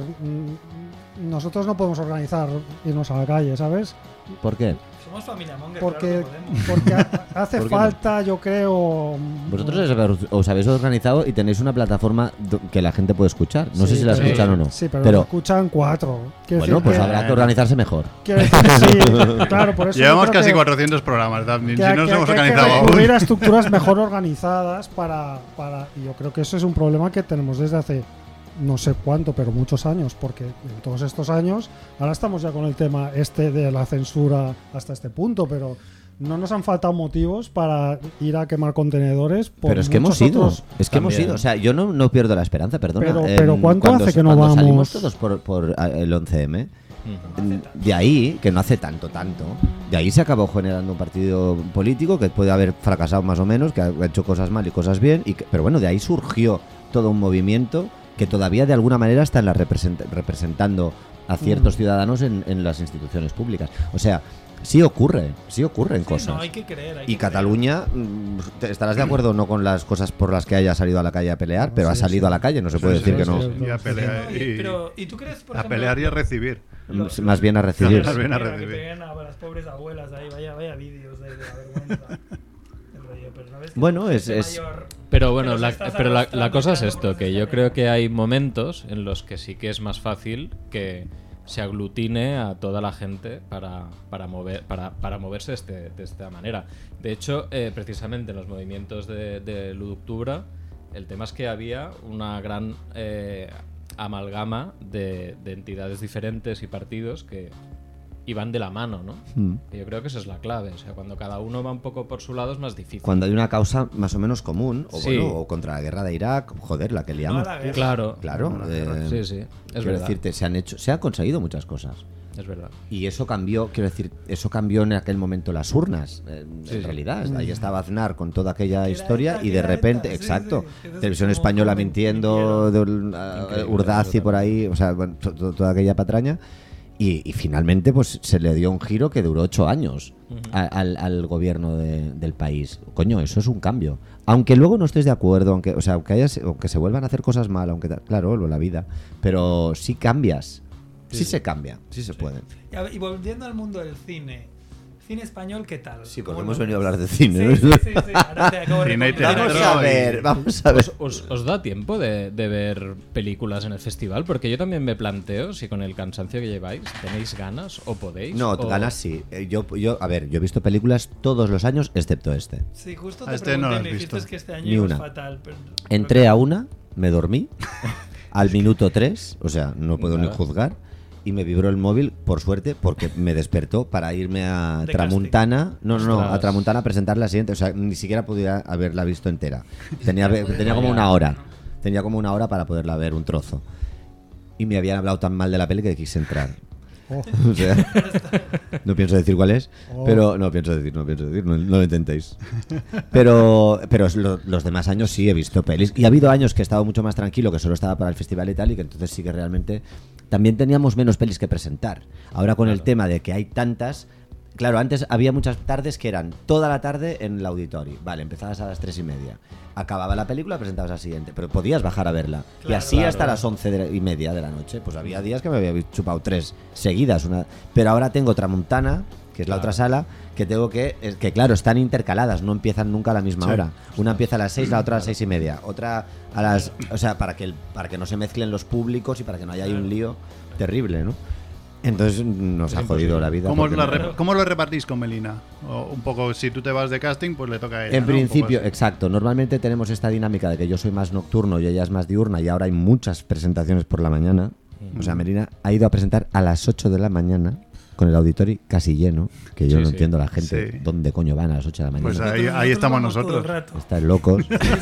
mm, nosotros no podemos organizar irnos a la calle, ¿sabes? ¿Por qué? Somos familia monger, Porque, claro que podemos. porque ha- hace ¿Por qué no? falta, yo creo... mm, Vosotros os habéis- os habéis organizado y tenéis una plataforma do- que la gente puede escuchar. No sé Sí, si la pero- escuchan o no. Sí, pero, Pero- lo escuchan cuatro. Quiero Bueno, decir pues que- habrá que organizarse mejor. quiero decir que sí, claro, por eso yo Llevamos creo casi que- cuatrocientos programas, Daphne. que, Si que- no nos que hemos hay que organizado aún. recurrir a estructuras mejor organizadas para, para... Y yo creo que eso es un problema que tenemos desde hace no sé cuánto, pero muchos años, porque en todos estos años, ahora estamos ya con el tema este de la censura hasta este punto, pero no nos han faltado motivos para ir a quemar contenedores. Por Pero es que hemos muchos ido. otros- Es que hemos También. ido. O sea, yo no, no pierdo la esperanza, perdona. Pero- Em, pero ¿cuánto cuando hace sa- que no cuando vamos? salimos todos por, por ah, el once eme, Mm. de ahí, que no hace tanto, tanto, de ahí se acabó generando un partido político que puede haber fracasado más o menos, que ha hecho cosas mal y cosas bien, y que- pero bueno, de ahí surgió todo un movimiento que todavía de alguna manera está en la represent- representando a ciertos Mm. ciudadanos en, en las instituciones públicas. O sea, sí ocurre, sí ocurren Sí, cosas. no, hay que creer. hay Y que Cataluña, mm, te- estarás de acuerdo no con las cosas por las que haya salido a la calle a pelear, pero ha Sí, salido sí. a la calle, no se puede Sí, decir sí, que no. sí, Y a creer. pelear, Sí, no, y- y- pero, ¿y tú crees, por a ejemplo, pelear y a recibir. lo- Mm, Más bien a recibir. Más bien a Mira, que recibir. peguen a las pobres abuelas ahí, vaya, vaya vídeos de, de la vergüenza. El rollo, pero ¿no ves que Bueno, es- gente es- mayor- Pero bueno, Pero la, si estás pero la, arrastrando la cosa es ya, esto, pues, que está yo bien. creo que hay momentos en los que sí que es más fácil que se aglutine a toda la gente para, para, mover, para, para moverse de, este- de esta manera. De hecho, eh, precisamente en los movimientos de, de uno de octubre, el tema es que había una gran eh, amalgama de, de entidades diferentes y partidos que iban de la mano, ¿no? Mm. Y yo creo que esa es la clave. O sea, cuando cada uno va un poco por su lado es más difícil. Cuando hay una causa más o menos común, o, Sí. bueno, o contra la guerra de Irak, joder, la que No, liamos. la guerra. Claro, Claro, eh, sí, sí, es quiero verdad. decirte, se han hecho, se han conseguido muchas cosas. Es verdad. Y eso cambió, quiero decir, eso cambió en aquel momento las urnas, en, Sí, en sí. realidad. Ahí estaba Aznar con toda aquella Que era historia ETA, y que de era repente, ETA, sí, exacto, sí. Eso es Televisión como- Española como mintiendo, de, uh, Increíble, Urdazi eso por también. ahí, o sea, bueno, to- to- toda aquella patraña. Y, y finalmente pues se le dio un giro que duró ocho años a- al, al gobierno de- del país. Coño, eso es un cambio. Aunque luego no estés de acuerdo, aunque, o sea, aunque, hayas- aunque se vuelvan a hacer cosas mal, aunque ta- claro, la vida, pero sí cambias. Sí, se cambia, sí se puede. Y a ver, Y volviendo al mundo del cine, cine español, ¿qué tal? Sí, porque ¿Cómo hemos lo venido a ves? hablar de cine, Sí, ¿no? sí, sí, sí. Ahora te acabo de Cine y recomendar. teatro. Vamos a ver, vamos a ver. ¿Os, os da tiempo de, de ver películas en el festival? Porque yo también me planteo si con el cansancio que lleváis tenéis ganas o podéis. No, o... ganas sí. Eh, Yo, yo, a ver, yo he visto películas todos los años, excepto este. Sí, justo A te este no pregunté lo y has me dijiste visto. que este año Ni ibas una. fatal. Pero Entré a una, me dormí, al minuto tres, o sea, no puedo Vale. ni juzgar, y me vibró el móvil, por suerte, porque me despertó para irme a De Tramuntana. No, no, no, a Ostras. Tramuntana a presentar la siguiente. O sea, ni siquiera podía haberla visto entera. Tenía, tenía como una hora. Tenía como una hora para poderla ver un trozo. Y me habían hablado tan mal de la peli que quise entrar. Oh. O sea, no pienso decir cuál es, Oh. pero no pienso decir, no pienso decir, no, no lo intentéis. Pero, pero lo- los demás años sí he visto pelis. Y ha habido años que he estado mucho más tranquilo, que solo estaba para el festival y tal, y que entonces sí que realmente también teníamos menos pelis que presentar. Ahora con el tema de que hay tantas. Claro, antes había muchas tardes que eran toda la tarde en el auditorio. Vale, empezabas a las tres y media. Acababa la película, presentabas al siguiente. Pero podías bajar a verla. y Claro, así claro. hasta las once de la- y media de la noche. Pues había días que me había chupado tres seguidas. Una... Pero ahora tengo Tramuntana, que es la otra sala, que tengo que... es que claro, están intercaladas, no empiezan nunca a la misma Sí. hora. Una empieza a las seis, la otra a las seis y media. Otra a las... O sea, para que, el- para que no se mezclen los públicos y para que no haya ahí un lío terrible, ¿no? Entonces nos ha jodido la vida. ¿Cómo, porque la no- re- ¿Cómo lo repartís con Melina? O un poco, si tú te vas de casting, pues le toca a ella. En ¿no? Un poco principio, así. exacto. Normalmente tenemos esta dinámica de que yo soy más nocturno y ella es más diurna y ahora hay muchas presentaciones por la mañana. O sea, Melina ha ido a presentar a las ocho de la mañana con el auditorio casi lleno, que yo Sí, no sí. entiendo a la gente Sí. dónde coño van a las ocho de la mañana. Pues ahí, Nosotros- ahí estamos vamos todo el nosotros. rato. Están locos.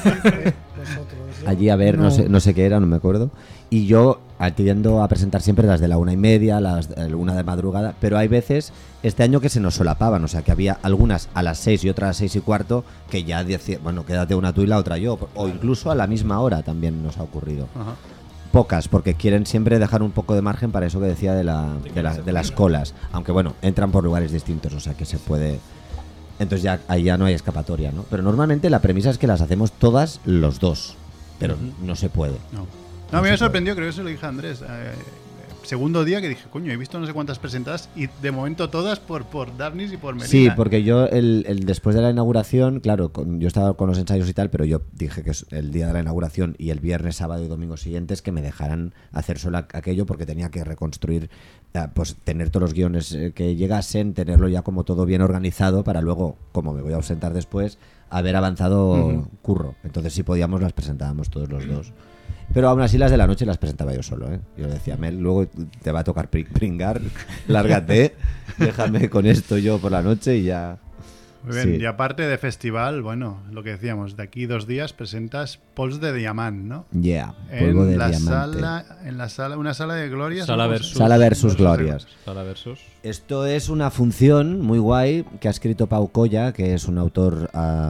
Nosotros, yo- Allí a ver, no. no. sé, no sé qué era, no me acuerdo. Y yo atiendo a presentar siempre las de la una y media, las de una de madrugada, pero hay veces este año que se nos solapaban, o sea que había algunas a las seis y otras a las seis y cuarto que ya decía, bueno, quédate una tú y la otra yo, o incluso a la misma hora también nos ha ocurrido. Ajá. Pocas, porque quieren siempre dejar un poco de margen para eso que decía de, la, de, la- de las colas, aunque bueno, entran por lugares distintos, o sea que se puede... Entonces ya ahí ya no hay escapatoria, ¿no? Pero normalmente la premisa es que las hacemos todas los dos, pero no se puede. No. No, a mí me sorprendió, creo que se lo dije a Andrés. eh, segundo día que dije, coño, he visto no sé cuántas presentadas y de momento todas por, por Darnis y por Melina. Sí, porque yo el, el- después de la inauguración, claro, con- yo estaba con los ensayos y tal, pero yo dije que es el día de la inauguración y el viernes, sábado y domingo siguientes que me dejaran hacer solo aqu- aquello porque tenía que reconstruir, eh, pues tener todos los guiones eh, que llegasen, tenerlo ya como todo bien organizado para luego, como me voy a ausentar después, haber avanzado Ujú. curro. Entonces si podíamos las presentábamos todos los dos. Pero aún así las de la noche las presentaba yo solo, ¿eh? Yo le decía, Mel, luego te va a tocar pri- pringar, lárgate, déjame con esto yo por la noche y ya... Muy bien, Sí. y aparte de festival, bueno, lo que decíamos, de aquí dos días presentas Pols de Diamant, ¿no? Yeah, polvo En de la diamante. sala, en la sala, una sala de glorias. Sala ¿no? versus- Sala versus glorias. Sala versus. Esto es una función muy guay que ha escrito Pau Colla, que es un autor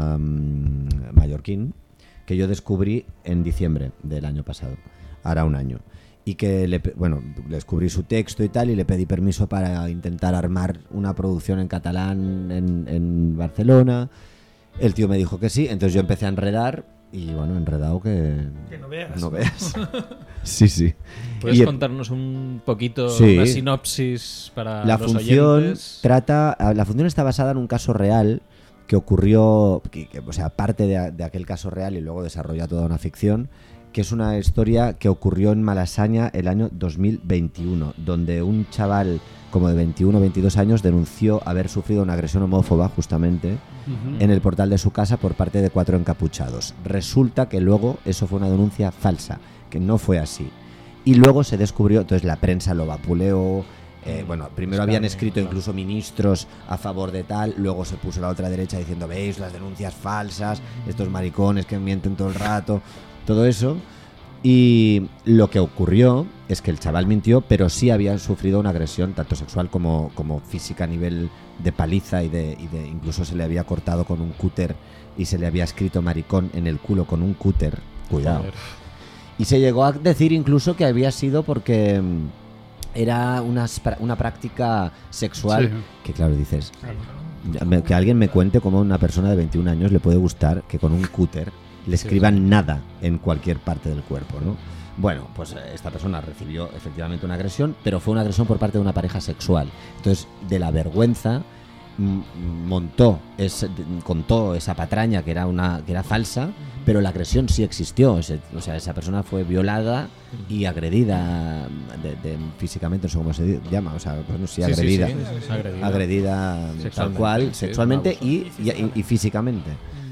am, mallorquín, que yo descubrí en diciembre del año pasado, hará un año. Y que, le, pe- bueno, descubrí su texto y tal, y le pedí permiso para intentar armar una producción en catalán en, en Barcelona. El tío me dijo que sí, entonces yo empecé a enredar, y bueno, enredado que... Que no veas. No veas. Sí, sí. ¿Puedes Y- contarnos un poquito Sí. una sinopsis para La los función oyentes? trata, la función está basada en un caso real que ocurrió, que, que, o sea, parte de, de aquel caso real y luego desarrolla toda una ficción, que es una historia que ocurrió en Malasaña el año dos mil veintiuno, donde un chaval como de veintiuno o veintidós años denunció haber sufrido una agresión homófoba justamente en el portal de su casa por parte de cuatro encapuchados. Resulta que luego eso fue una denuncia falsa, que no fue así. Y luego se descubrió, entonces la prensa lo vapuleó. Eh, bueno, primero habían escrito incluso ministros a favor de tal, luego se puso la otra derecha diciendo, veis, las denuncias falsas, estos maricones que mienten todo el rato, todo eso. Y lo que ocurrió es que el chaval mintió, pero sí había sufrido una agresión tanto sexual como, como física a nivel de paliza y de, y de incluso se le había cortado con un cúter y se le había escrito maricón en el culo con un cúter. Cuidado. Joder. Y se llegó a decir incluso que había sido porque mm, era una, spra- una práctica sexual Sí. que, claro, dices, me- que alguien me cuente cómo a una persona de veintiún años le puede gustar que con un cúter le Sí, escriban sí. nada en cualquier parte del cuerpo, ¿no? Bueno, pues eh, esta persona recibió efectivamente una agresión, pero fue una agresión por parte de una pareja sexual. Entonces, de la vergüenza, m- montó, ese- contó esa patraña que era una que era falsa, pero la agresión sí existió. Ese- o sea, esa persona fue violada y agredida de- de- físicamente, no sé cómo se di- llama, o sea, pues no sé, Sí, sí, agredida, sí, es agredida. agredida tal Sexualmente, cual, sí, es un sexualmente abuso. y, y- y- y físicamente.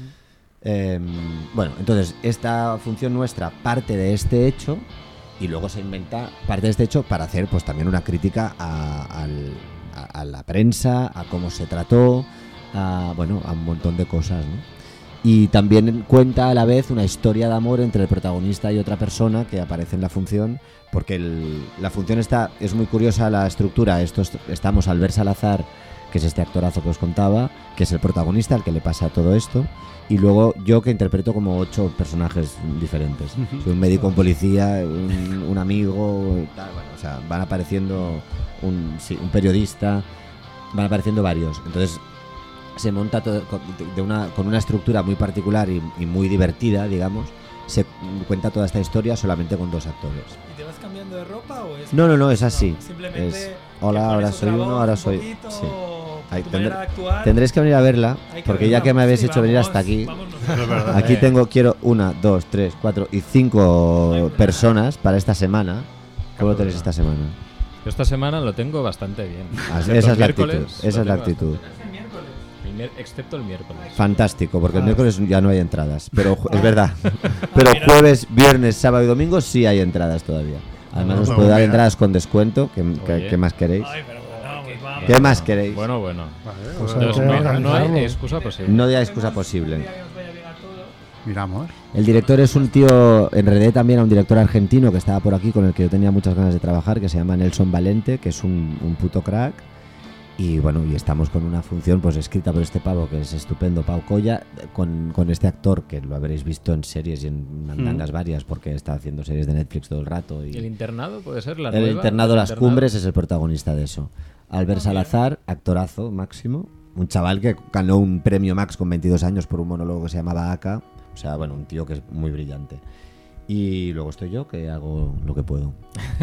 Eh, bueno, entonces esta función nuestra parte de este hecho y luego se inventa parte de este hecho para hacer pues también una crítica a, al- a- a la prensa, a cómo se trató, a, bueno, a un montón de cosas, ¿no? Y también cuenta a la vez una historia de amor entre el protagonista y otra persona que aparece en la función, porque el- la función está es muy curiosa la estructura. Esto es- estamos Albert Salazar, que es este actorazo que os contaba, que es el protagonista al que le pasa todo esto, y luego yo que interpreto como ocho personajes diferentes. Soy un médico, un policía, un, un amigo, tal, bueno, o sea, van apareciendo un, sí, un periodista, van apareciendo varios. Entonces se monta todo con, de una, con una estructura muy particular y, y muy divertida, digamos. Se cuenta toda esta historia solamente con dos actores. ¿Y te vas cambiando de ropa o es.? No, no, no, es así. No, simplemente. Es, que hola, pones ahora otra soy uno, voz, ahora un soy. poquito, Sí. tu Ahí manera tendré- de actuar. Tendréis que venir a verla, Hay que porque verla. ya que me habéis Sí, hecho venir vamos, hasta aquí, vamos nosotros. Eso es verdad. aquí Eh. tengo, quiero una, dos, tres, cuatro y cinco personas para esta semana. ¿Cómo lo tenéis esta semana? Yo esta semana lo tengo bastante bien. Ah, Excepto esa el es la miércoles, actitud, lo esa es la tengo actitud. bastante bien. El mier- excepto el miércoles. Fantástico, porque el Ah. miércoles ya no hay entradas, pero ju- es verdad. Pero jueves, viernes, sábado y domingo sí hay entradas todavía. Además Ah, os bueno, puedo dar mira. entradas con descuento, que, que- Oye. ¿qué más queréis? Ay, pero bueno, pues vamos. ¿Qué más queréis? Bueno, bueno. Vale, Pues bueno, hay que Entonces, no, no organizarlo. hay excusa posible. No hay excusa posible. Un día que nos vaya bien a todos. miramos. El director es un tío, enredé también a un director argentino que estaba por aquí con el que yo tenía muchas ganas de trabajar, que se llama Nelson Valente, que es un, un puto crack. Y bueno, y estamos con una función pues escrita por este pavo que es estupendo, Pau Colla, con, con este actor que lo habréis visto en series y en mandangas varias porque está haciendo series de Netflix todo el rato. Y ¿El internado puede ser la el nueva? internado ¿El Las internado? Cumbres es el protagonista de eso. Albert Salazar, actorazo máximo, un chaval que ganó un premio Max con veintidós años por un monólogo que se llamaba Aka. O sea, bueno, un tío que es muy brillante. Y luego estoy yo, que hago lo que puedo.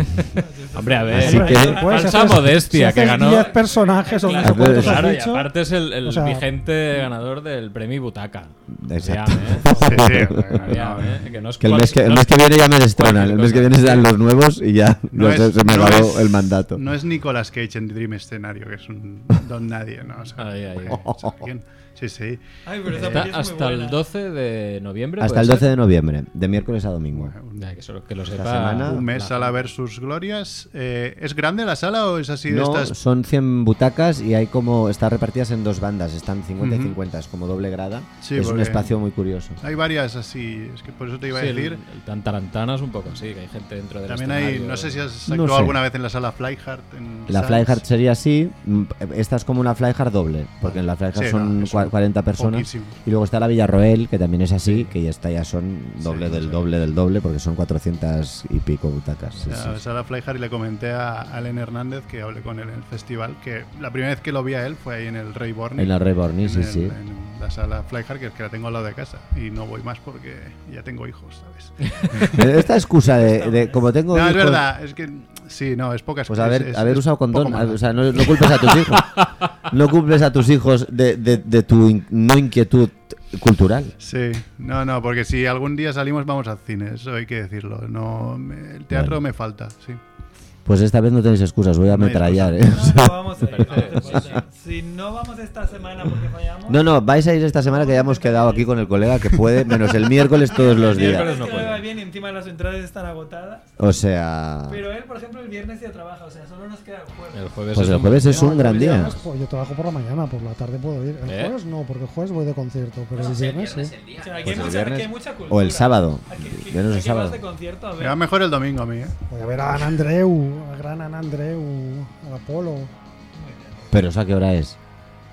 Hombre, a ver, Así que- Pues, falsa si haces- modestia si que haces ganó. diez personajes o no sé Claro, cuántos has Claro, y dicho. aparte es el, el o sea- vigente ganador del premio Butaca. Exacto. Sí, sí, bueno, Aviam, no, ¿eh? Que no es Que el cual- mes que, el no mes es- que viene ya me destronan. cualquier El mes que cosa. viene serán los nuevos y ya No no sé, es- se me no acabó es- el mandato. No es Nicolas Cage en Dream Escenario, que es un don nadie, ¿no? O sea, Ay, ay, bueno, ay. ¿sabes quién? Sí, sí. Ay, pero esa Está peli es muy hasta el buena. doce de noviembre. Hasta ¿puede el doce ser? de noviembre, de miércoles a domingo. Un, Ya, que, solo- que lo Esta sepa. semana- un mes la sala gente. versus glorias. Eh, ¿Es grande la sala o es así de No, estas? son cien butacas y hay como están repartidas en dos bandas, están cincuenta y Ujú. cincuenta, es como doble grada. Sí, es un porque- espacio muy curioso. Hay varias así, es que por eso te iba a Sí, el- decir. el Tantarantana es un poco así, que hay gente dentro del También hay, escenario. no sé si has No actuado sé. alguna vez en la sala Flyhard. En La Sands. Flyhard sería así, mm, esta es como una Flyhard doble, porque en la Flyhard Sí, son no, cua- son cuarenta personas. poquísimos. Y luego está la Villarroel, que también es así, que ya está, ya son doble Sí, del sí. doble del doble, porque son cuatrocientas y pico butacas. Sí, La sí. sala Flyhard, y le comenté a Allen Hernández, que hablé con él en el festival, que la primera vez que lo vi a él fue ahí en el Rey Borny. En la Reborn, en sí, el- sí. En la sala Flyhard, que es que la tengo al lado de casa. Y no voy más porque ya tengo hijos, ¿sabes? Esta excusa de, de- como tengo No, es hijos, verdad, es que sí, no, es pocas pues cosas. haber, es- haber es usado poco condón, mala. o sea, no, no culpes a tus hijos. No culpes a tus hijos de, de- de tu in- no inquietud cultural. Sí, no, no, porque si algún día salimos vamos al cine, eso hay que decirlo. No, me- el teatro Bueno. me falta, sí. Pues esta vez no tenéis excusas, voy a No hay metrallar, ¿eh? excusa. No, no, vamos a ir, Parece- vamos a ir. Si no vamos esta semana porque fallamos. No, no, vais a ir esta semana que ya hemos quedado aquí con el colega que puede, menos el miércoles todos los El días. miércoles no que le puede. va bien y encima las entradas están agotadas. O sea, Pero él, por ejemplo, el viernes ya trabaja, o sea, solo nos queda el jueves. El jueves pues es el un- jueves es No, un gran el día. viernes, pues, yo trabajo por la mañana, por la tarde puedo ir. El ¿Eh? jueves no, porque el jueves voy de concierto, pero Pues el el viernes viernes sí. el día. O sea, aquí, Pues hay el mucha, viernes. aquí hay mucha cultura. O el sábado. Aquí, aquí, Viernes o aquí sábado. vas de concierto a Me ver. va mejor el domingo a mí, ¿eh? Voy a ver a Ana Andreu, a gran Ana Andreu, al Apolo. Pero ¿eso a qué hora es?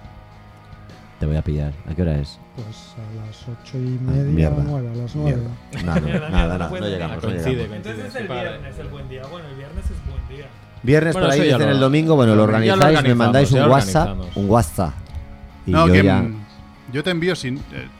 Te voy a pillar. ¿A qué hora es? Pues a las ocho y media Mierda. o nueve, a las nueve. Mierda. No, no, Mierda, nada, mierda, no, no puede no ser. llegamos, no Coincide, llegamos. coincide. Entonces es el Sí, para- viernes el buen día. Bueno, el viernes es buen día. Viernes Bueno, por ahí eso ya dicen lo- el domingo, bueno, lo ya lo organizáis, me organizamos, mandáis ya un lo WhatsApp, organizamos. un WhatsApp. Y No, yo que ya... mm, yo te envío sin. eh,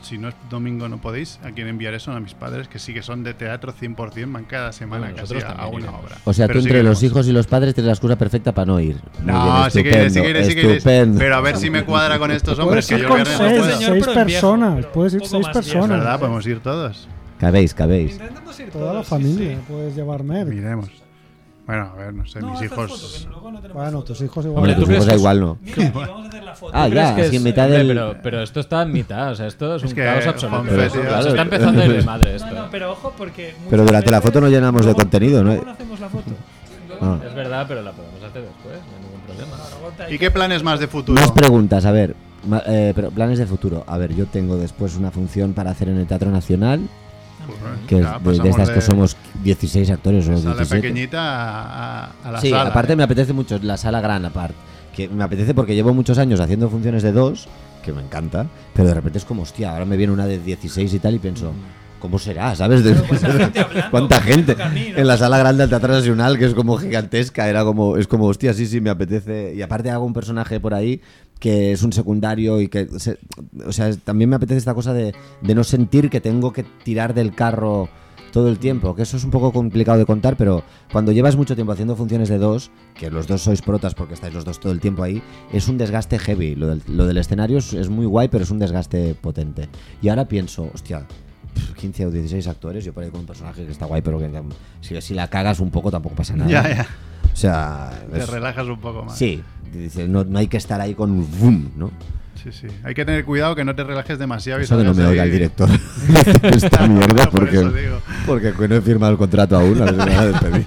si no es domingo no podéis, a quien enviaré son a mis padres, que sí que son de teatro cien por ciento, van cada semana Bueno, casi nosotros a, a también una iremos. obra. O sea, Pero tú sí entre que los iremos. hijos y los padres tienes la excusa perfecta para no ir. Muy No, bien, sí que iré, sí que iré, sí que iré. estupendo. Pero a ver si me cuadra con estos hombres, Puedes que ir yo con el viernes seis, no puedo. señor, seis pero en viejo, personas. pero Puedes ir un poco seis más viejo. personas. ¿Verdad? Podemos ir todos. Cabéis, cabéis. Intentamos ir Toda la todos, sí, familia sí. puedes llevar Mer. Miremos. Bueno, a ver, no sé, No, mis haz foto, hijos... que luego no tenemos Bueno, foto. tus hijos igual. Hombre, ¿tú tus crees hijos que da es- igual, ¿no? Mira, aquí vamos a hacer la foto. Ah, ¿Tú crees ya, que así es- en mitad hombre, del... pero, pero esto está en mitad, o sea, esto es un Es que, caos absoluto. Juanfe, Se tío, está claro. empezando a ir de madre esto. No, no, ¿eh? pero ojo, porque. Pero muchas durante la veces foto no llenamos de luego- contenido, ¿no? luego no hacemos la foto. Ah. Es verdad, pero la podemos hacer después, no hay ningún problema. Claro, Gonta, hay ¿Y qué planes más de futuro? Más preguntas, a ver. ma- eh, pero planes de futuro. A ver, yo tengo después una función para hacer en el Teatro Nacional, Pues, que ya, es de, de pasamos estas que de somos dieciséis actores o sala diecisiete. pequeñita a, a- a la Sí, sala. aparte ¿eh? me apetece mucho la sala gran, aparte. Que me apetece porque llevo muchos años haciendo funciones de dos, que me encanta, pero de repente es como, hostia, ahora me viene una de dieciséis y tal y pienso, ¿cómo será? ¿Sabes? De- Pero cuánta gente hablando, ¿Cuánta como gente? me toca a mí, ¿no? En la sala grande del Teatro Nacional, que es como gigantesca, era como, es como, hostia, sí, sí, me apetece. Y aparte hago un personaje por ahí que es un secundario y que, se- o sea, también me apetece esta cosa de, de no sentir que tengo que tirar del carro todo el tiempo, que eso es un poco complicado de contar, pero cuando llevas mucho tiempo haciendo funciones de dos, que los dos sois protas porque estáis los dos todo el tiempo ahí, es un desgaste heavy. Lo del, lo del escenario es, es muy guay, pero es un desgaste potente. Y ahora pienso, hostia, quince o dieciséis actores, yo por ahí con un personaje que está guay, pero que que si, si la cagas un poco tampoco pasa nada. Ya, ya. O sea, Te es- relajas un poco más. sí, dice, no, no hay que estar ahí con un boom, ¿no? Sí, sí. Hay que tener cuidado que no te relajes demasiado. y Eso que no me salgas oiga ahí- el director esta mierda, Por porque, eso digo. porque no he firmado el contrato aún, a ver si me van a despedir.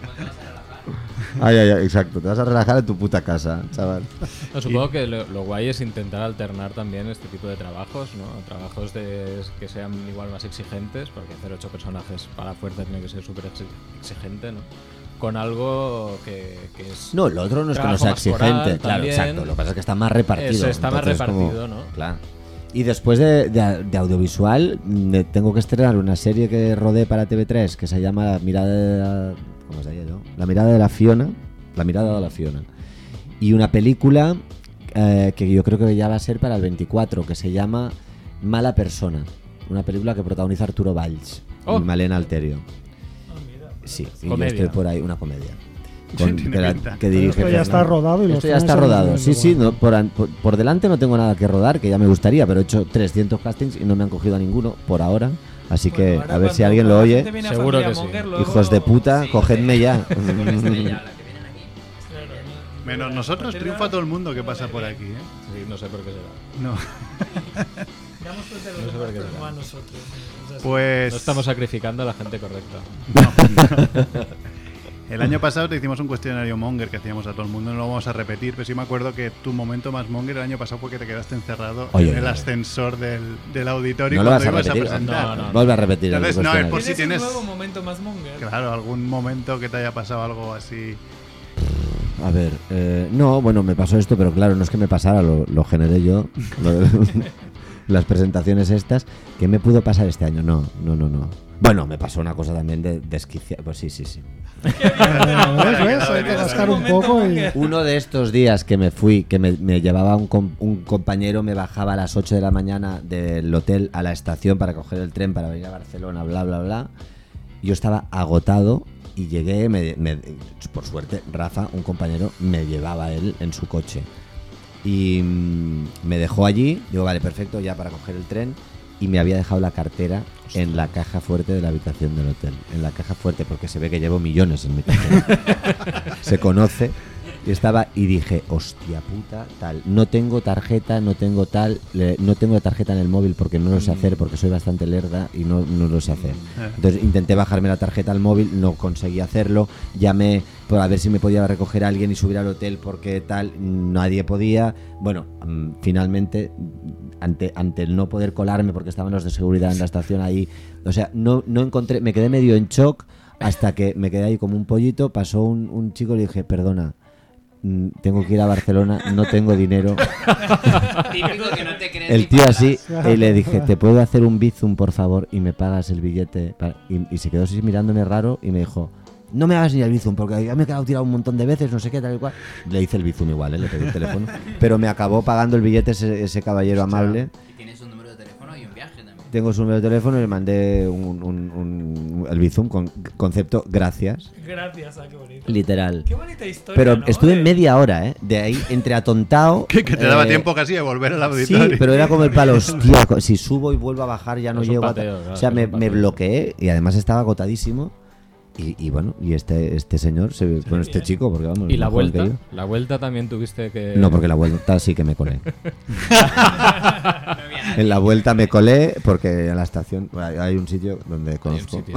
Ay, ay, ay, exacto, te vas a relajar en tu puta casa, chaval. No, supongo que lo, lo guay es intentar alternar también este tipo de trabajos, ¿no? Trabajos de, que sean igual más exigentes, porque hacer ocho personajes para la fuerza tiene que ser súper exi- exigente, ¿no? Con algo que, que es... No, lo otro no es que no trabajo sea más coral exigente, claro, también. exacto. Lo que pasa es que está más repartido. Eso, está más entonces, como- repartido, ¿no? Claro. Y después de, de- de audiovisual, me tengo que estrenar una serie que rodé para T V tres que se llama La mirada de la, ¿cómo se llama yo? La mirada de la Fiona. La mirada de la Fiona. Y una película eh, que yo creo que ya va a ser para el veinticuatro, que se llama Mala Persona. Una película que protagoniza Arturo Valls Oh. y Malena Alterio. Ah, mira. Sí, y yo Comedia. estoy por ahí, una comedia. Tiene que, la- pinta. que dirige Esto ya Fernando. está rodado y los Esto ya trenes está son rodado. muy Sí, sí, guay. no, por, an- por, por delante no tengo nada que rodar, que ya me gustaría, pero he hecho trescientos castings y no me han cogido a ninguno por ahora. Así que Bueno, ahora a ver si cuando alguien la lo gente oye. viene a Seguro Familia que sí. Monger, luego- Hijos de puta, cogedme ya. Con Estrella, la que vienen aquí. Claro, no- Menos nosotros, triunfa todo el mundo que pasa por aquí, ¿eh? Sí, no sé por qué será. No. Damos cuenta de No los sé por demás, qué pero será. no a nosotros. Es así. Pues... No estamos sacrificando a la gente correcta. El año pasado te hicimos un cuestionario Monger que hacíamos a todo el mundo, no lo vamos a repetir, pero sí me acuerdo que tu momento más Monger el año pasado fue que te quedaste encerrado Oye, en el oye. ascensor del, del auditorio No lo vas cuando a ibas a, repetir. presentar. No, no. Vuelve a repetir. el Entonces, no, es cuestionario. por si ¿Tienes tienes- un nuevo momento más monger? Claro, algún momento que te haya pasado algo así. A ver, eh, no, bueno, me pasó esto, pero claro, no es que me pasara, lo, lo generé yo. Lo- las presentaciones estas. ¿Qué me pudo pasar este año? No, no, no, no. Bueno, me pasó una cosa también de desquiciar. Pues sí, sí, sí. ¿Ves? ¿Ves? Hay que rascar un poco y... Uno de estos días que me fui, que me, me llevaba un, com- un compañero, me bajaba a las ocho de la mañana del hotel a la estación para coger el tren para venir a Barcelona, bla, bla, bla. Yo estaba agotado y llegué, me- me- por suerte, Rafa, un compañero, me llevaba a él en su coche. Y mm, me dejó allí, digo, vale, perfecto, ya para coger el tren. Y me había dejado la cartera en la caja fuerte de la habitación del hotel. En la caja fuerte, porque se ve que llevo millones en mi cartera. Se conoce. Y estaba y dije, hostia puta, tal. No tengo tarjeta, no tengo tal. le- no tengo tarjeta en el móvil porque no lo sé hacer, porque soy bastante lerda y no, no lo sé hacer. Entonces intenté bajarme la tarjeta al móvil, no conseguí hacerlo. Llamé para ver si me podía recoger a alguien y subir al hotel porque tal. Nadie podía. Bueno, mm, finalmente, ante, ante el no poder colarme porque estaban los de seguridad en la estación ahí. O sea, no, no encontré, me quedé medio en shock hasta que me quedé ahí como un pollito. Pasó un, un chico y le dije, perdona. mm, Tengo que ir a Barcelona, no tengo dinero. Típico que no te crees El ni tío para así, atrás. y le dije, ¿te puedo hacer un bizum, por favor? Y me pagas el billete. pa-?" Y, y se quedó así mirándome raro y me dijo, no me hagas ni el bizum, porque ya me he quedado tirado un montón de veces, no sé qué, tal y cual. Le hice el bizum igual, ¿eh? Le pedí el teléfono. Pero me acabó pagando el billete ese, ese caballero amable. Y tienes un número de teléfono y un viaje. tengo su número de teléfono y le mandé un, un, un- el Bizum con concepto gracias, Gracias, ah, qué bonito. literal. Qué bonita historia. Pero ¿no? estuve De- media hora, ¿eh? De ahí, entre atontado. Que, que te daba eh, tiempo casi de volver al Sí, auditorio. pero era como el palo, hostia, co- si subo y vuelvo a bajar ya no Es un llego a... pateo, ta- claro, o sea, es me, un me pateo. bloqueé y además estaba agotadísimo. Y, y bueno, y este este señor, se, bueno, este bien. chico, porque vamos... ¿Y la más joven que vuelta? yo. La vuelta también tuviste que... No, porque la vuelta sí que me colé. No había nadie. En la vuelta me colé porque en la estación hay hay un sitio donde Hay un conozco. sitio.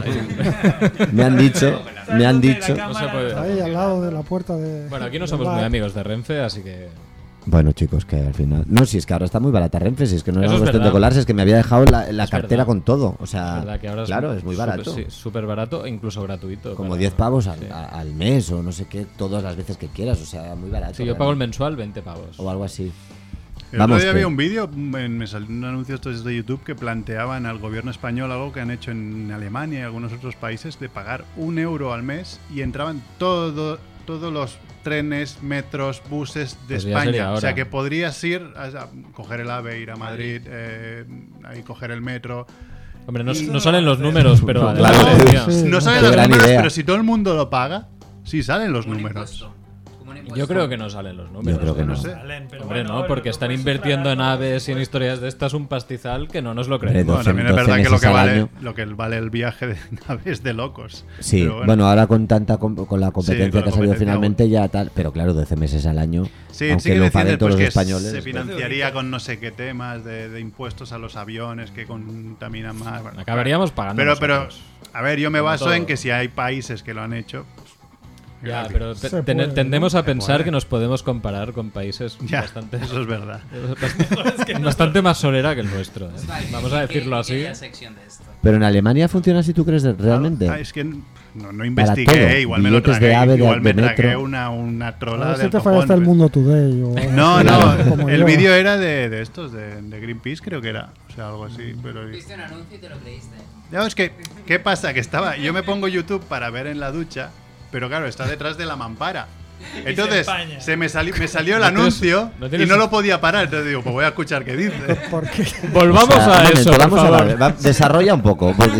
Hay un- Me han dicho, me han Donde la dicho... cámara- No se puede. Ahí al lado de la puerta de. Bueno, aquí no del somos bar. muy amigos de Renfe, así que... Bueno, chicos, que al final... No, si es que ahora está muy barata Renfe, si es que no era Eso es cuestión de verdad. colarse, es que me había dejado la, la Es cartera verdad. con todo. O sea, Es verdad que ahora claro, es muy súper- barato. sí, súper barato e incluso gratuito. Como para- diez pavos al, sí. a- al mes o no sé qué, todas las veces que quieras, o sea, muy barato. Sí, yo pago el realmente. mensual veinte pavos. O algo así. El Vamos, otro día que- había un vídeo, en- me salió un anuncio estos de YouTube que planteaban al gobierno español algo que han hecho en Alemania y algunos otros países de pagar un euro al mes y entraban todo, todos los trenes, metros, buses de Pues ya sería España. O sea hora. que podrías ir a, a coger el AVE, ir a Madrid, eh, ahí coger el metro. Hombre, no, Y- no salen los números, pero Claro, adelante, tío. sí. No salen Qué los gran números, idea. pero si todo el mundo lo paga, sí salen los Como un números. impuesto, como un Yo impuesto. creo que no salen los números. Yo creo que ¿eh? no. sé. Salen, pero Hombre, bueno, no, lo porque que están puedes invirtiendo en sufragar, aves y en pues, historias de estas un pastizal que no nos lo Hombre, creemos. Bueno, también es doce verdad que lo meses que, al vale, año. lo que vale el viaje de naves de locos. Sí, Pero bueno. ahora con tanta com- con la competencia Sí, con la que ha salido competencia, finalmente ya tal, pero claro, doce meses al año, Sí, aunque sí que lo defienden paguen todos pues, los que españoles. se financiaría con no sé qué temas de, de impuestos a los aviones que contaminan más. Bueno, Acabaríamos pagando Pero, pero, nosotros. a ver, yo me Como baso todo. en que si hay países que lo han hecho. Pues, Ya, mira, pero Se te- puede, ten- tendemos a Se pensar puede. que nos podemos comparar con países ya, bastante, eso es verdad. bastante, bastante más solera que el nuestro. ¿eh? Vale, Vamos ¿y a qué- decirlo qué así. quería sección de esto? Pero en Alemania funciona así, ¿tú crees de- realmente? Ah, es que no, no todo. investigué, igual me lo Billetes de tragué, ave, de- igual me de tragué metro. una, una A trola ver de si te fallaste el pero- Mundo Today. O algo No, así, no, como el yo. vídeo era de, de estos, de, de Greenpeace creo que era, o sea, algo así, pero... Viste un anuncio y te lo creíste. Ya, es que, ¿qué pasa? Que estaba, yo me pongo YouTube para ver en la ducha, pero claro, está detrás de la mampara. se Entonces, empaña. se me, salió me salió el No tienes- anuncio no y tienes- no lo podía parar. Entonces digo, pues voy a escuchar qué dice. Porque Volvamos O sea, un a momento, eso, por vamos a favor. la- va- desarrolla un poco. porque-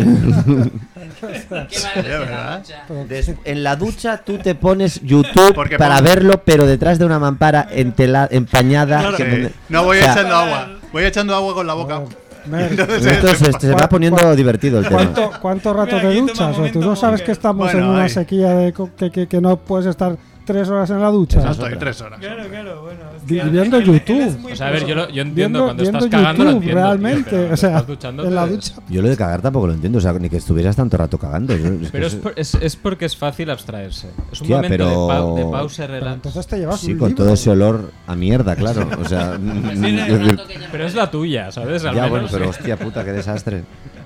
¿Qué más Ya, de la ¿verdad? ducha? Des- en la ducha tú te pones YouTube Porque para pon- verlo, pero detrás de una mampara entela- empañada. que Sí. no- No voy o sea, echando agua, voy echando agua con la boca. Mer, Entonces, Entonces se, se va poniendo ¿Cuánto- divertido el tema. ¿Cuánto, ¿Cuánto rato Mira, te aquí toma duchas? O momento tú no sabes Monger. que estamos Bueno, en una ahí. sequía de co- que, que, que no puedes estar tres horas en la ducha. no estoy tres horas. Claro, claro, bueno. es Vi- que él- viendo él- él es YouTube. muy O sea, a ver, yo, lo- yo entiendo Viendo, cuando viendo estás cagando, lo YouTube, entiendo, tío, realmente. pero cuando o sea, estás duchando, en la te- ducha. Yo lo de cagar tampoco lo entiendo, o sea, ni que estuvieras tanto rato cagando. yo- es que Pero es, eso- por- es, es porque es fácil abstraerse. Es un Hostia, momento pero- de, pau- de pausa y Pero relax. entonces te llevas sí, un con libro. todo ese olor a mierda, claro. O sea, Pues mm, tiene es decir, rato que ya no Pero es me- la tuya, ¿sabes? Al ya menos, bueno, pero sí. hostia puta, qué desastre.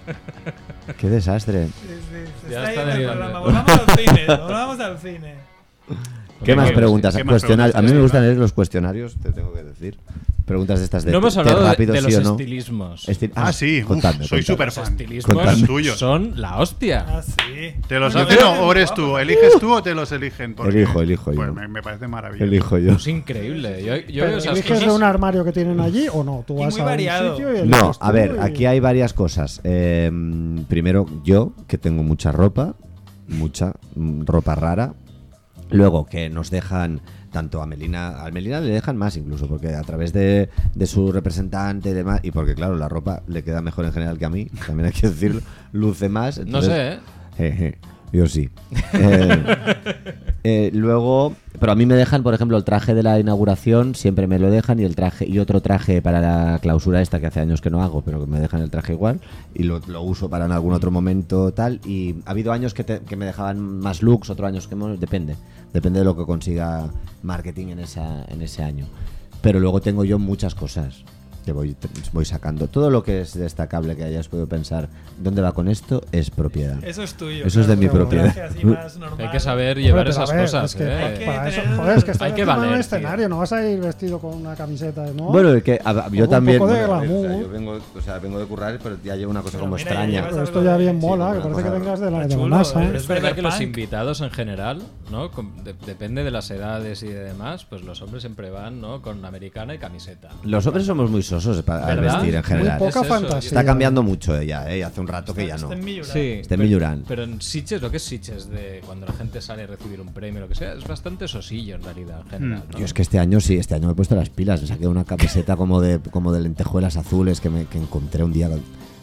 Qué desastre. Sí, sí, se Ya está está yendo el derivando. programa. Volvamos al cine. Volvamos al cine. ¿Qué Ok, más sí. preguntas? ¿Qué más Cuestionar- preguntas? a mí me Sí, gustan va. leer los cuestionarios, te tengo que decir. Preguntas de estas de No hemos te- hablado de- rápido, de, sí los o no. estilismos. Esti- Ah, sí, uf, contadme, soy contadme. súper Los fan. estilismos Contadme. Los tuyos. son la hostia. Ah, sí. ¿Te los Bueno, hacen bueno, o eres guapo. tú? ¿Eliges tú o te los eligen? Porque, Elijo, elijo pues, yo. me, me parece maravilloso. Elijo yo. Es increíble. Yo, yo Pero veo esas ¿eliges de cosas- un armario que tienen allí o no? Tú Y vas muy a variado. un sitio y No, eliges a tú ver, y- aquí hay varias cosas. Eh, primero, yo, que tengo mucha ropa, mucha mm, ropa rara. Luego, que nos dejan, tanto a Melina, a Melina le dejan más incluso, porque a través de, de su representante y demás, y porque claro, la ropa le queda mejor en general que a mí, también hay que decirlo, luce más. No entonces- sé, ¿eh? Jeje, yo sí. Eh, eh, luego, pero a mí me dejan, por ejemplo, el traje de la inauguración, siempre me lo dejan, y el traje y otro traje para la clausura esta que hace años que no hago, pero que me dejan el traje igual, y lo, lo uso para en algún otro momento tal. Y ha habido años que, te- que me dejaban más looks, otros años que menos, depende, depende de lo que consiga marketing en esa, en ese año. Pero luego tengo yo muchas cosas que voy, voy sacando. Todo lo que es destacable que hayas podido pensar, ¿dónde va con esto? Es propiedad. Eso es tuyo. Eso es de mi claro, propiedad. traje así más normal. Hay que saber Hombre, llevar pero esas a ver, cosas. es que ¿eh? Hay que para eso, tener- joder, es que estás Hay que encima de un valer, escenario, no vas a ir vestido con una camiseta, ¿no? Bueno, el que a- yo un también. poco de bueno, a ver, o sea, glamour. yo vengo, o sea, vengo de currar, pero ya llevo una cosa Pero como mira, extraña. ya Pero llevas esto algo ya de- bien mola, sí, que una parece que cosa vengas de la, está de la chulo, NASA. ¿eh? ¿eh? Es verdad que los Cyberpunk. invitados en general, ¿no? Com- de- depende de las edades y de demás, pues los hombres siempre van, ¿no? Con americana y camiseta. Los hombres somos muy Los sosos para al ¿Verdad? vestir en Muy general. poca Es eso, fantasía. Está cambiando mucho ella, ¿eh? Hace un rato que ya no. Está en Millurán. Sí, Este pero- Millurán. Pero en Sitges, lo que es Sitges, de cuando la gente sale a recibir un premio o lo que sea, es bastante sosillo en realidad, en general. ¿no? Yo es que este año sí, este año me he puesto las pilas. Me saqué una camiseta como de como de lentejuelas azules que, me, que encontré un día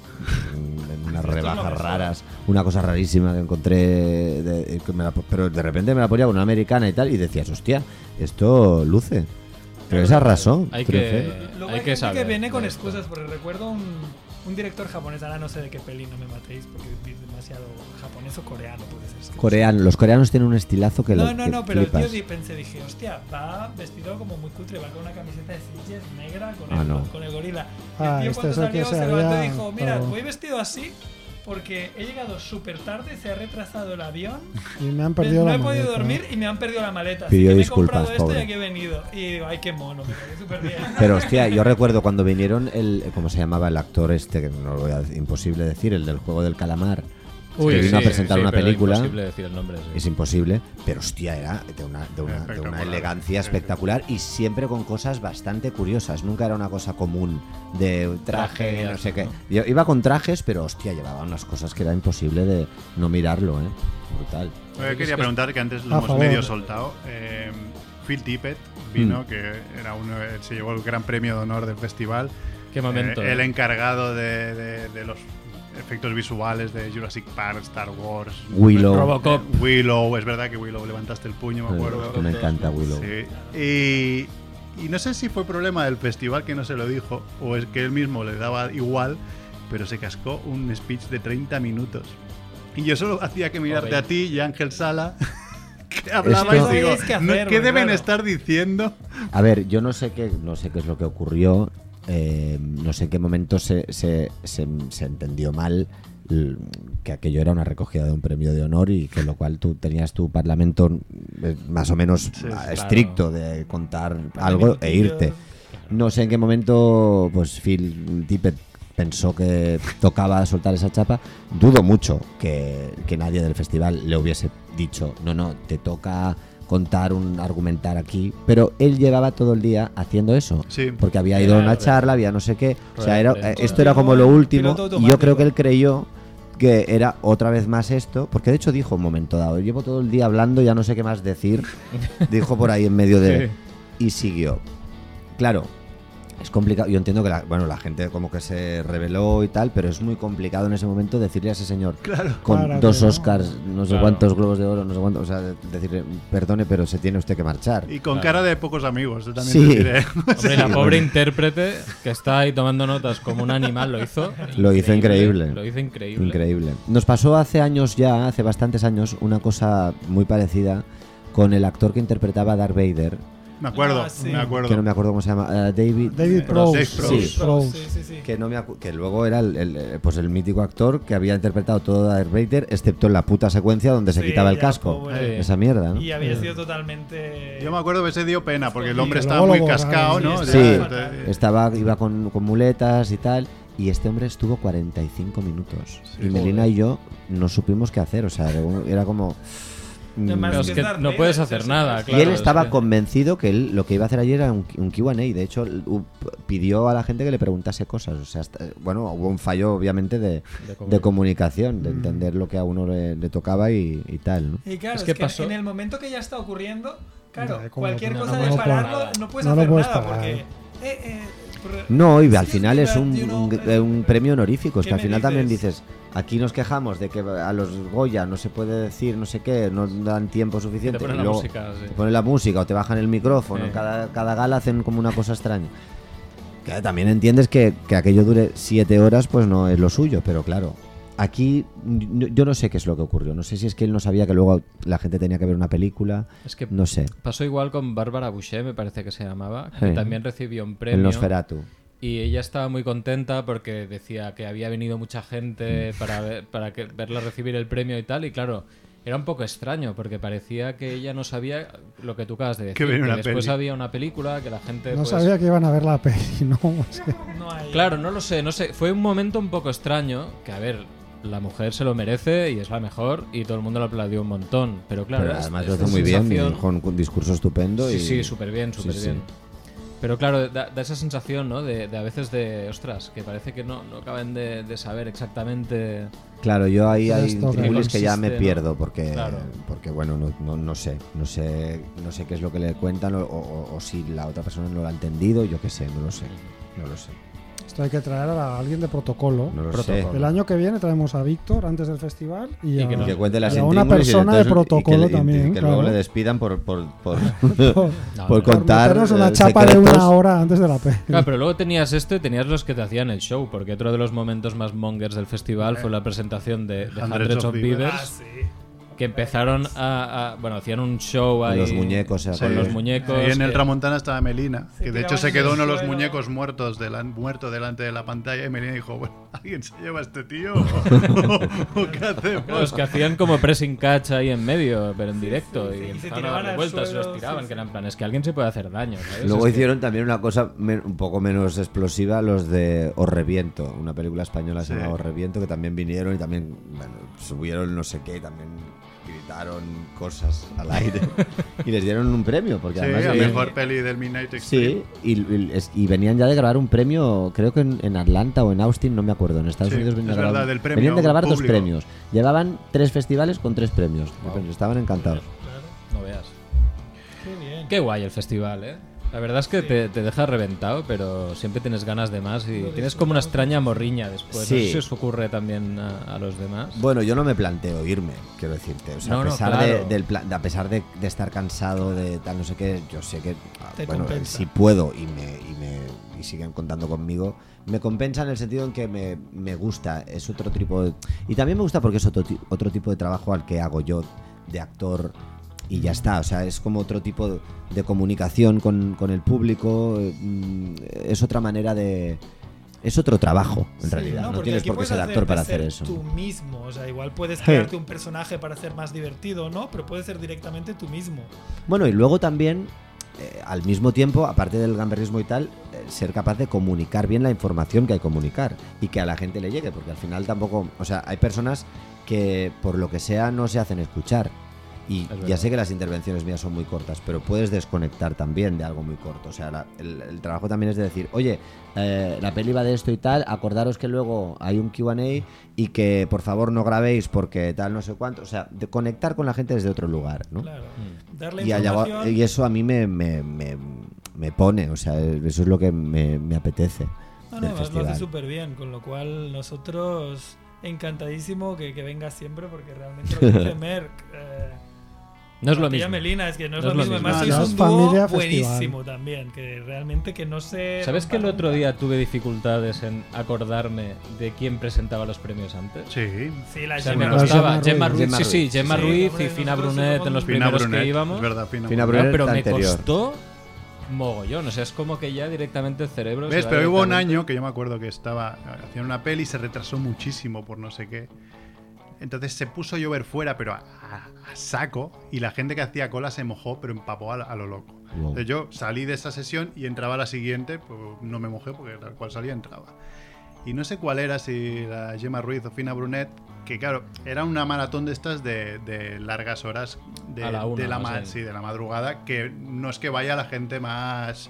en unas rebajas raras. Una cosa rarísima que encontré. De, que me la- pero de repente me la ponía con una americana y tal. Y decías, hostia, esto luce. Pero esa arrasó. Hay triunfé. que, Luego hay hay que gente saber. que viene con de esto. excusas, porque recuerdo un, un director japonés, ahora no sé de qué peli, no me matéis, porque es demasiado japonés o coreano, puede ser. es que no sé. Coreano, los coreanos tienen un estilazo que No, lo no, que no, pero flipas. tío, di- pensé, dije, hostia, va vestido como muy cutre, va con una camiseta de Sitges negra con, Ah, el, no. con el gorila. Y Ah, el tío este cuando es el que salió se se levantó y había- dijo, mira, claro. voy vestido así porque he llegado súper tarde, se ha retrasado el avión, Y me han no perdido la he podido maleta. dormir y me han perdido la maleta. Así Pidió que me he disculpas, comprado esto pobre. y aquí he venido. Y digo, ay, qué mono, me parece súper bien. Pero hostia, yo recuerdo cuando vinieron el. ¿Cómo se llamaba el actor este? Que no lo voy a decir, imposible decir, el del juego del calamar. Uy, que vino a sí, presentar sí, una pero película. imposible decir el nombre, sí. Es imposible, pero hostia, era de una, de una, de una Espectacular. elegancia Sí, sí. espectacular y siempre con cosas bastante curiosas. Nunca era una cosa común de traje, Traje, no sé ¿no? qué. Yo iba con trajes, pero hostia, llevaba unas cosas que era imposible de no mirarlo, ¿eh? Brutal. Yo quería preguntar, que antes lo A hemos favor. medio soltado. eh, Phil Tippett vino, que era uno, se llevó el gran premio de honor del festival. Qué momento. Eh, el eh. encargado de, de- de los efectos visuales de Jurassic Park, Star Wars, Willow. Robocop. Willow, es verdad que Willow levantaste el puño, me acuerdo. Que me encanta Willow. Sí. Y, y no sé si fue problema del festival que no se lo dijo, o es que él mismo le daba igual, pero se cascó un speech de treinta minutos. Y yo solo hacía que mirarte Joder. a ti y a Ángel Sala, que hablabais Esto- y digo, Sabéis qué "No, hacerlo, ¿qué deben claro". estar diciendo? A ver, yo no sé qué, no sé qué es lo que ocurrió. eh, no sé en qué momento se, se, se, se entendió mal l- que aquello era una recogida de un premio de honor y que lo cual tú tenías tu parlamento eh, más o menos Sí, ah, claro. estricto de contar algo e irte. No sé en qué momento pues Phil Tippett pensó que tocaba soltar esa chapa. Dudo mucho que, que nadie del festival le hubiese dicho, no, no, te toca contar un argumentar aquí, pero él llevaba todo el día haciendo eso, Sí. porque había ido a una Era- charla, había no sé qué, o sea, era, Realmente. eh, esto era como lo último, Piloto y yo creo automático. que él creyó que era otra vez más esto, porque de hecho dijo un momento dado, llevo todo el día hablando, ya no sé qué más decir, dijo por ahí en medio de... Sí. y siguió. Claro, es complicado. Yo entiendo que la, bueno, la gente como que se rebeló y tal, pero es muy complicado en ese momento decirle a ese señor con Claro dos que no. Oscars, no sé Claro. cuántos globos de oro, no sé cuántos, o sea, de- decirle, perdone, pero se tiene usted que marchar. Y con Claro. cara de pocos amigos, yo también Sí. te diré. Hombre, la pobre intérprete que está ahí tomando notas como un animal lo hizo. Lo hizo increíble. Lo hizo increíble. Increíble. Nos pasó hace años ya, hace bastantes años, una cosa muy parecida con el actor que interpretaba a Darth Vader, Me acuerdo, Ah, sí. me acuerdo. que no me acuerdo cómo se llama, eh, David. David Eh, Prowse. Dave Prowse. Sí. Prowse. Sí, sí, sí. Que, no me acu- que luego era el, el, eh, pues el mítico actor que había interpretado todo a Darth Vader, excepto en la puta secuencia donde se Sí, quitaba el ya, casco. pobre. Esa mierda, ¿no? Y había sido totalmente... Yo me acuerdo que ese dio pena, porque el hombre Sí, estaba luego muy lo borraron, cascado, sí, ¿no? sí. Ya, Sí. entonces- Estaba, iba con, con muletas y tal, y este hombre estuvo cuarenta y cinco minutos. Sí, y Melina joder. y yo no supimos qué hacer, o sea, era como- era como... mm, Además, Pero es que que es Darth no Vader, puedes sí, hacer sí, nada, sí. claro. y él es estaba que- convencido que él lo que iba a hacer ayer era un, un Q and A. De hecho, l- u- pidió a la gente que le preguntase cosas. O sea, hasta- bueno, hubo un fallo obviamente de, De de comunicación, de Mm. entender lo que a uno le, le tocaba y, y tal, ¿no? Y claro, Es es que que, pasó- en el momento que ya está ocurriendo, claro, Ya, ¿cómo cualquier lo- cosa no de puedes pararlo, parar? no puedes No lo hacer puedes nada, parar. porque... eh, eh, por- No, y al excuse final me, es but, un, you know, un- eh, un premio honorífico. Es ¿qué que al me final también dices? dices, aquí nos quejamos de que a los Goya no se puede decir no sé qué, no dan tiempo Te suficiente. ponen y la luego música, sí. te ponen la música o te bajan el micrófono. Sí. Cada, cada gala hacen como una cosa extraña. Que también entiendes que, que aquello dure siete horas, pues no es lo suyo, pero claro. Aquí yo yo no sé qué es lo que ocurrió. No sé si es que él no sabía que luego la gente tenía que ver una película. Es que No sé. pasó igual con Bárbara Boucher, me parece que se llamaba, que Sí. también recibió un El premio. Nosferatu. Y ella estaba muy contenta porque decía que había venido mucha Mm. gente para, ver- para que, verla recibir el premio y tal. Y claro, era un poco extraño porque parecía que ella no sabía lo que tú acabas de decir. Que venía una después peli. había una película que la gente. No pues, sabía que iban a ver la peli, ¿no? Es que- no hay- Claro, no lo sé, no sé. Fue un momento un poco extraño que, a ver, la mujer se lo merece y es la mejor y todo el mundo lo aplaudió un montón. Pero claro, Pero es- además es lo hizo la muy bien, sensación- con un discurso estupendo. Sí, y... sí, súper bien, súper sí, sí. bien. Pero claro, da, da esa sensación, ¿no? De, de a veces de, ostras, que parece que no, no acaban de, de saber exactamente... Claro, yo ahí hay Esto que tribulis que ya me consiste, ¿no? pierdo porque, Claro. porque bueno, no, no, no sé, no sé, no sé qué es lo que le cuentan o, o- o si la otra persona no lo ha entendido, yo qué sé, no lo sé, no lo sé, Esto hay que traer a alguien de protocolo. no lo Protocolo. sé. El año que viene traemos a Víctor antes del festival y, Y a, que Y nos- que cuente las y a una intríngulis y persona de entonces- y que protocolo le- y también. que claro. luego le despidan por, por, por, por, No, por no. por contar meternos una eh, chapa de secretos. una hora antes de la peli. Claro, pero luego tenías esto y tenías los que te hacían el show, porque otro de los momentos más mongers del festival fue la presentación de, de Hundreds of Beavers, Ah, sí. que empezaron a, a- bueno, hacían un show ahí Con los muñecos, con sí. los muñecos. Ahí en el que- Tramontana estaba Melina, Se que de hecho tiraban se en quedó el uno de los suelo. muñecos muertos delan- muerto delante de la pantalla y Melina dijo, bueno, ¿alguien se lleva a este tío? ¿O, o qué hacemos? Los que hacían como pressing catch ahí en medio, pero en directo, sí, y sí, y se empezaron a tiraban darle al vueltas y los suelo, tiraban, sí, que eran en plan, es que alguien se puede hacer daño, ¿sabes? Luego Es que- hicieron también una cosa men- un poco menos explosiva, los de Os Reviento, una película española Sí. llamada Os Reviento, que también vinieron y también, bueno, subieron no sé qué, y también gritaron cosas al aire y les dieron un premio, porque Sí, además... la ellos- mejor peli del Midnight Extreme. Sí, y, y- es- y venían ya de grabar un premio, creo que en, en Atlanta o en Austin, no me acuerdo. En Estados Sí, Unidos venían, es a grabar, verdad, del premio venían de grabar dos público. premios. Llevaban tres festivales con tres premios. Wow. Estaban encantados. No veas. Qué bien. Qué guay el festival, ¿eh? La verdad es que te, te deja reventado, pero siempre tienes ganas de más y Lo tienes como una disfrutamos. extraña morriña después. Sí. No sé si os ocurre también a, a los demás. Bueno, yo no me planteo irme, quiero decirte. O sea, No, a no, pesar, claro. de, del pla- de- a pesar de, de estar cansado de tal, no sé qué, yo sé que, ah, Te bueno, compensa. si puedo y me, y me y siguen contando conmigo, me compensa en el sentido en que me, me gusta, es otro tipo de... Y también me gusta porque es otro, ti- otro tipo de trabajo al que hago yo de actor y ya está, o sea, es como otro tipo de, de comunicación con, con el público, eh, mm, es otra manera de... Es otro trabajo, en Sí, realidad, no, porque tienes aquí por qué puedes ser actor para de hacer ser eso. Tú mismo, o sea, igual puedes crearte un personaje para ser más divertido, ¿no? Pero puedes ser directamente tú mismo. Bueno, y luego también, eh, al mismo tiempo, aparte del gamberrismo y tal, eh, ser capaz de comunicar bien la información que hay que comunicar y que a la gente le llegue, porque al final tampoco, o sea, hay personas que por lo que sea no se hacen escuchar. Y verdad. ya sé que las intervenciones mías son muy cortas, pero puedes desconectar también de algo muy corto. O sea, la- el, el trabajo también es de decir, oye, eh, la peli va de esto y tal, acordaros que luego hay un Q and A y que por favor no grabéis porque tal, no sé cuánto. O sea, de conectar con la gente desde otro lugar, ¿no? Claro. Mm. Darle Y, allá va- información. y eso a mí me, me, me, me pone, o sea, eso es lo que me, me apetece No, del no, además lo festival. hace súper bien, con lo cual nosotros encantadísimo que, que vengas siempre porque realmente lo que dice Merck, eh, No es lo a ti y a mismo. Melina, es que no es No lo es lo mismo. mismo. Además No, sois es un dúo familia buenísimo también, que realmente que no se... ¿Sabes que el rompa otro nunca. día tuve dificultades en acordarme de quién presentaba los premios antes? Sí. Sí, la O sea, Gemma me Gemma costaba. Ruiz. Gemma Ruiz, Gemma sí, sí, Ruiz, Gemma sí. Ruiz Hombre, y Fina nosotros Brunet somos en los muy- Fina primeros Brunet, que íbamos. es verdad, Fina, Fina Brunet. Brunet. Pero me anterior. costó mogollón. O sea, es como que ya directamente el cerebro. se ¿Ves? va Pero hubo un directamente- año que yo me acuerdo que estaba haciendo una peli y se retrasó muchísimo por no sé qué. Entonces se puso a llover fuera, pero a, a- a saco, y la gente que hacía cola se mojó, pero empapó a, a lo loco. Wow. Entonces yo salí de esa sesión y entraba a la siguiente, pues no me mojé porque tal cual salía entraba. Y no sé cuál era, si la Gemma Ruiz o Fina Brunet, que claro, era una maratón de estas de, de largas horas de, A la una, de, la más ma- bien. sí, de la madrugada, que no es que vaya la gente más...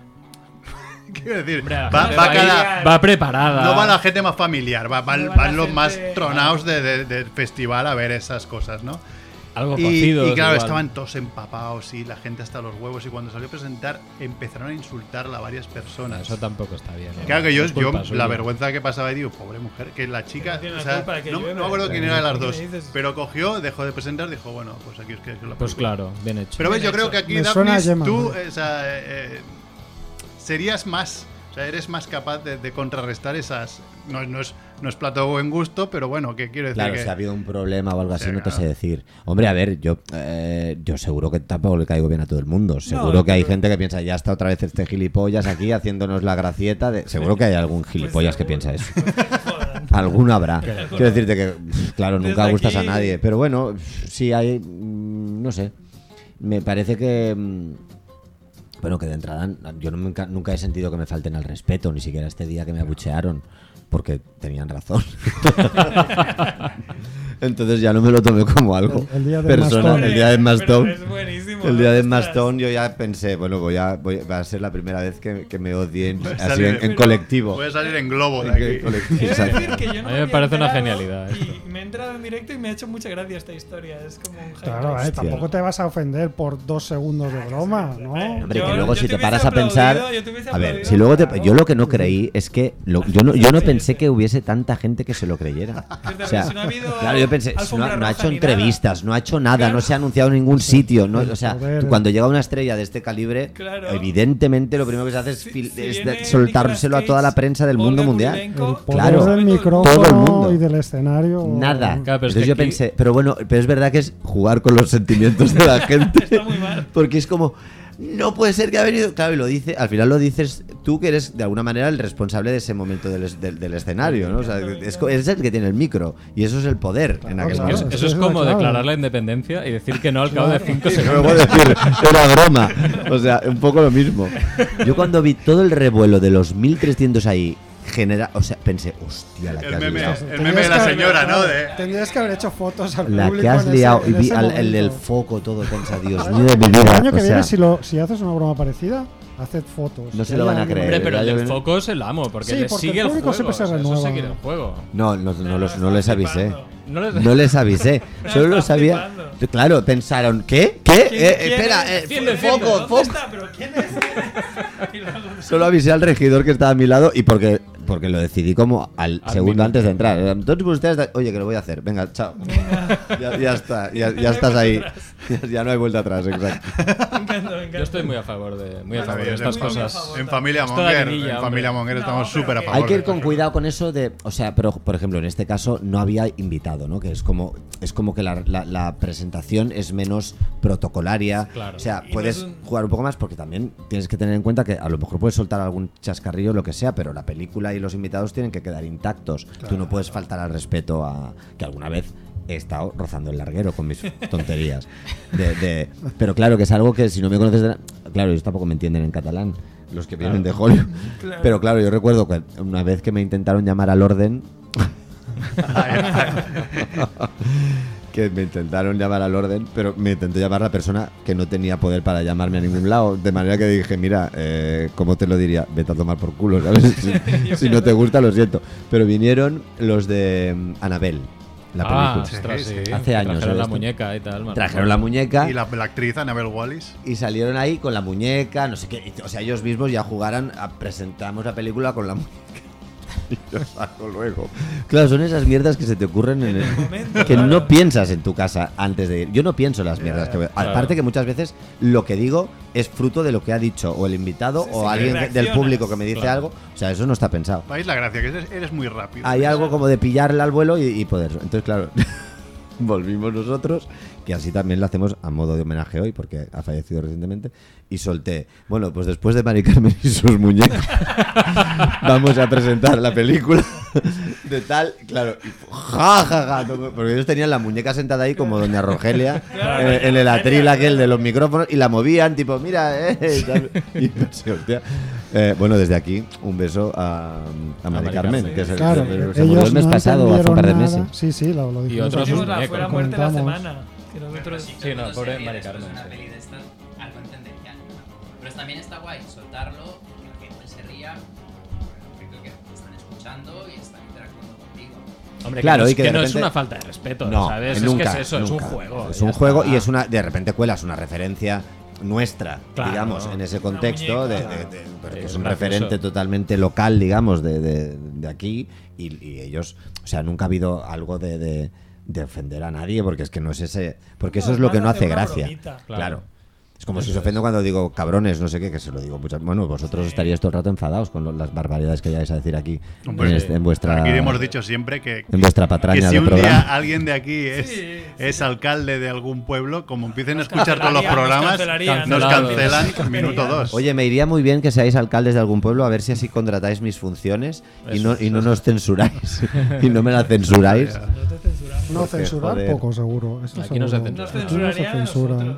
Quiero decir, Hombre, la va, gente va va, cada- ahí- va preparada. no va la gente más familiar, va, van, No va la van los más gente- tronados de- de- del festival a ver esas cosas, ¿no? Algo Y, cocido. y claro, igual. estaban todos empapados y la gente hasta los huevos, y cuando salió a presentar empezaron a insultarla a varias No, personas. eso tampoco está bien. ¿no? Claro que yo, Es yo culpa suya. la vergüenza que pasaba y digo, pobre mujer, que la chica, Que no tiene o la sea, culpa de que no, llueve. no me acuerdo quién Claro, era de las ¿qué dos, dices? pero cogió, dejó de presentar, dijo, bueno, pues aquí es que es la Pues película. claro, bien hecho. Pero ves, yo Bien creo hecho. que aquí, Me suena a Daphnis, Gemma, tú ¿no? eh, o sea, eh, eh, serías más, o sea, eres más capaz de, de contrarrestar esas. No, no es no es plato de buen gusto, pero bueno, ¿qué quiero decir? Claro, que, si ha habido un problema o algo así, Sí, no te claro. sé decir. Hombre, a ver, yo eh, yo seguro que tampoco le caigo bien a todo el mundo. Seguro No, que hay pero- gente que piensa, ya está otra vez este gilipollas aquí haciéndonos la gracieta. De... Seguro que hay algún gilipollas que seguro. piensa eso. Jodan. Alguno habrá. Quiero decirte que, claro, nunca Desde gustas a aquí- nadie. Pero bueno, sí hay. mm, No sé. Me parece que. mm, Bueno, que de entrada yo nunca, nunca he sentido que me falten al respeto, ni siquiera este día que me abuchearon, porque tenían razón. Entonces ya no me lo tomé como algo El- el día del personal. Mastón. El día del Pero Mastón. es buenísimo mismo. El día de Ostras. Mastone yo ya pensé, bueno, voy a, voy, va a ser la primera vez que, que me odien Voy a así salir en, en- en colectivo. Voy a salir en globo de En aquí. colectivo, He de exacto. decir que yo no A mí me había parece una enterado genialidad esto. Y me he enterado en directo y me ha hecho mucha gracia esta historia. Es como un Claro, highlight. eh, tampoco te vas a ofender por dos segundos de broma, ¿no? Hombre, Yo- que luego yo si te te hubiese paras a pensar, aplaudido, yo te hubiese a ver, aplaudido. si luego te, Claro. yo lo que no creí es que lo- yo no yo no pensé que hubiese tanta gente que se lo creyera. O sea, Si no ha habido claro, yo pensé, si no, alfombra no ha roja hecho ni entrevistas, no ha hecho nada, Claro. no se ha anunciado en ningún sitio, no, o sea, Joder. cuando llega una estrella de este calibre, Claro. evidentemente lo primero que se hace es, Si- fil- si es de- viene soltárselo a Nicolas toda la Cage, prensa del mundo Olga mundial. Kurylenko, El poder Claro. del Todo el micrófono mundo. y del escenario. Nada. Claro, pero es Entonces que yo aquí- pensé, pero bueno, pero es verdad que es jugar con los sentimientos de la gente. Está muy mal. Porque es como, no puede ser que ha venido. Claro, y lo dice, al final lo dices tú, que eres de alguna manera el responsable de ese momento del, es- del, del escenario, ¿no? O sea, es, co- eres el que tiene el micro. Y eso es el poder en aquel claro. Eso, momento. eso es Esa es la como clave. declarar la independencia y decir que no al cabo de cinco Y segundos. luego decir, era broma. O sea, un poco lo mismo. Yo cuando vi todo el revuelo de los mil trescientos ahí, genera, o sea, pensé, hostia, la que El has meme, liado. el Tendrías meme de la que- señora, ¿no? De, Tendrías que haber hecho fotos al La público que has en ese- liado. Y en vi ese al, el momento. del foco todo, pensa, Dios El mío de mi año- vida. El año que O sea, viene, si, lo, si haces una broma parecida, haced fotos. No se Que lo haya van a alguien- creer. Hombre, pero el Ya del yo- foco es el amo, porque Sí, le porque sigue el el público juego. siempre se o sea, eso renueva. sigue el juego. No, no, no, los, no estaba les avisé. flipando. No les- No les avisé. Solo lo Estaba sabía. flipando. Claro, pensaron, ¿qué? ¿Qué? ¿Quién- Eh, quién espera, es? eh, ¿Quién fo- es? foco, ¿Dónde foco. está? ¿Pero quién es? Y luego- Solo avisé al regidor que estaba a mi lado y porque, porque lo decidí como al, Al segundo minuto. antes de entrar. Entonces ustedes, oye, que lo voy a hacer. Venga, chao. Ya, ya está, ya, ya estás ahí. Ya, ya no hay vuelta atrás, exacto. Me encanta, me encanta. Yo estoy muy a favor de, muy a Está favor de bien, estas en- cosas. En familia Esto da Monger, vidilla, en hombre. familia Monger No, estamos pero súper a que- favor. Hay que ir de con estas cuidado con eso de, o sea, pero por ejemplo en este caso no había invitado, ¿no? Que es como es como que la, la- la presentación es menos protocolaria, Claro. o sea, Y no puedes es un- jugar un poco más porque también tienes que tener en cuenta que a lo mejor puedes soltar algún chascarrillo lo que sea, pero la película y los invitados tienen que quedar intactos. Tú no puedes faltar al respeto a que alguna vez he estado rozando el larguero con mis tonterías. De, de- pero claro que es algo que si no me conoces, de la- claro, ellos tampoco me entienden en catalán. Los que vienen de Hollywood. Claro. Pero claro, yo recuerdo que una vez que me intentaron llamar al orden. que me intentaron llamar al orden, pero me intentó llamar la persona que no tenía poder para llamarme a ningún lado. De manera que dije, mira, eh, ¿cómo te lo diría? Vete a tomar por culo, ¿sabes? Si, si no te gusta, lo siento. Pero vinieron los de mm, Anabel, la Ah, película. ostras, sí. Sí, hace años, Trajeron la ¿sabes? muñeca y tal. man. Trajeron la muñeca. Y la, la actriz Annabelle Wallis. Y salieron ahí con la muñeca, no sé qué. y- O sea, ellos mismos ya jugaran a presentamos la película con la muñeca. Y yo saco luego. Claro, son esas mierdas que se te ocurren en el. el momento, que claro. no piensas en tu casa antes de ir. Yo no pienso las mierdas que voy. Claro. Aparte que muchas veces lo que digo es fruto de lo que ha dicho o el invitado Sí, o sí, alguien que del reaccionas. público que me dice Claro. algo. O sea, eso no está pensado. Vais la gracia, que eres, eres muy rápido. Hay algo como de pillarle al vuelo y, y poder. Entonces, claro, volvimos nosotros, que así también lo hacemos a modo de homenaje hoy, porque ha fallecido recientemente, y solté. Bueno, pues después de Mari Carmen y sus muñecos, vamos a presentar la película de tal, claro, y ja, ja, ja, todo- porque ellos tenían la muñeca sentada ahí como doña Rogelia, eh, en el atril aquel de los micrófonos, y la movían, tipo, mira, eh, y tal. Y pensé, hostia. Eh, bueno, desde aquí, un beso a, a Mari Mari Carmen, Carmen. que es el, Claro, que se murió ellos el mes no pasado, hace un par de entendieron nada. meses. Sí, sí, lo, lo dijimos. otros aquí. sus Dijimos la muñecos. fuera muerte la Comentamos. semana. Que nosotros... Sí, Sí, no, cuando pobre se ríe Mari después de Carmen, una sí. peli de estas, algo entendería. Pero también está guay soltarlo, que la gente se ría, porque creo que te están escuchando y están interactuando contigo. Hombre, Claro, que no, y es, que que de no es repente- una falta de respeto, No, ¿sabes? eh, Es nunca, que es eso, nunca. es un juego. Es ya un juego está. y es una. De repente cuelas una referencia nuestra, Claro. digamos, en ese contexto, de, muñeca. de- de- porque Es es un gracioso. referente totalmente local, digamos, de, de- de aquí, y, y ellos, o sea, nunca ha habido algo de, de- de ofender a nadie, porque es que no es ese, porque eso No, es lo que más no hace hace una gracia, bromita. claro. Claro. Es como si os ofendo cuando digo cabrones, no sé qué, que se lo digo muchas. Bueno, vosotros estaríais todo el rato enfadados con lo- las barbaridades que vayáis a decir aquí Hombre, en, este- en vuestra Aquí hemos dicho siempre que, en vuestra que patraña si de un programa. día alguien de aquí es, Sí, sí, es sí. alcalde de algún pueblo, como empiecen a Nos escuchar todos los cancelarían, nos programas, cancelarían. nos Cancelados. cancelan minuto dos. Oye, me iría muy bien que seáis alcaldes de algún pueblo, a ver si así contratáis mis funciones y no, y no nos censuráis. Y no me la censuráis. No te censuramos. No Porque, censurar joder. poco, seguro. Eso Aquí no se seguro. censura. Nos Aquí no se censurarían a censura. nosotros.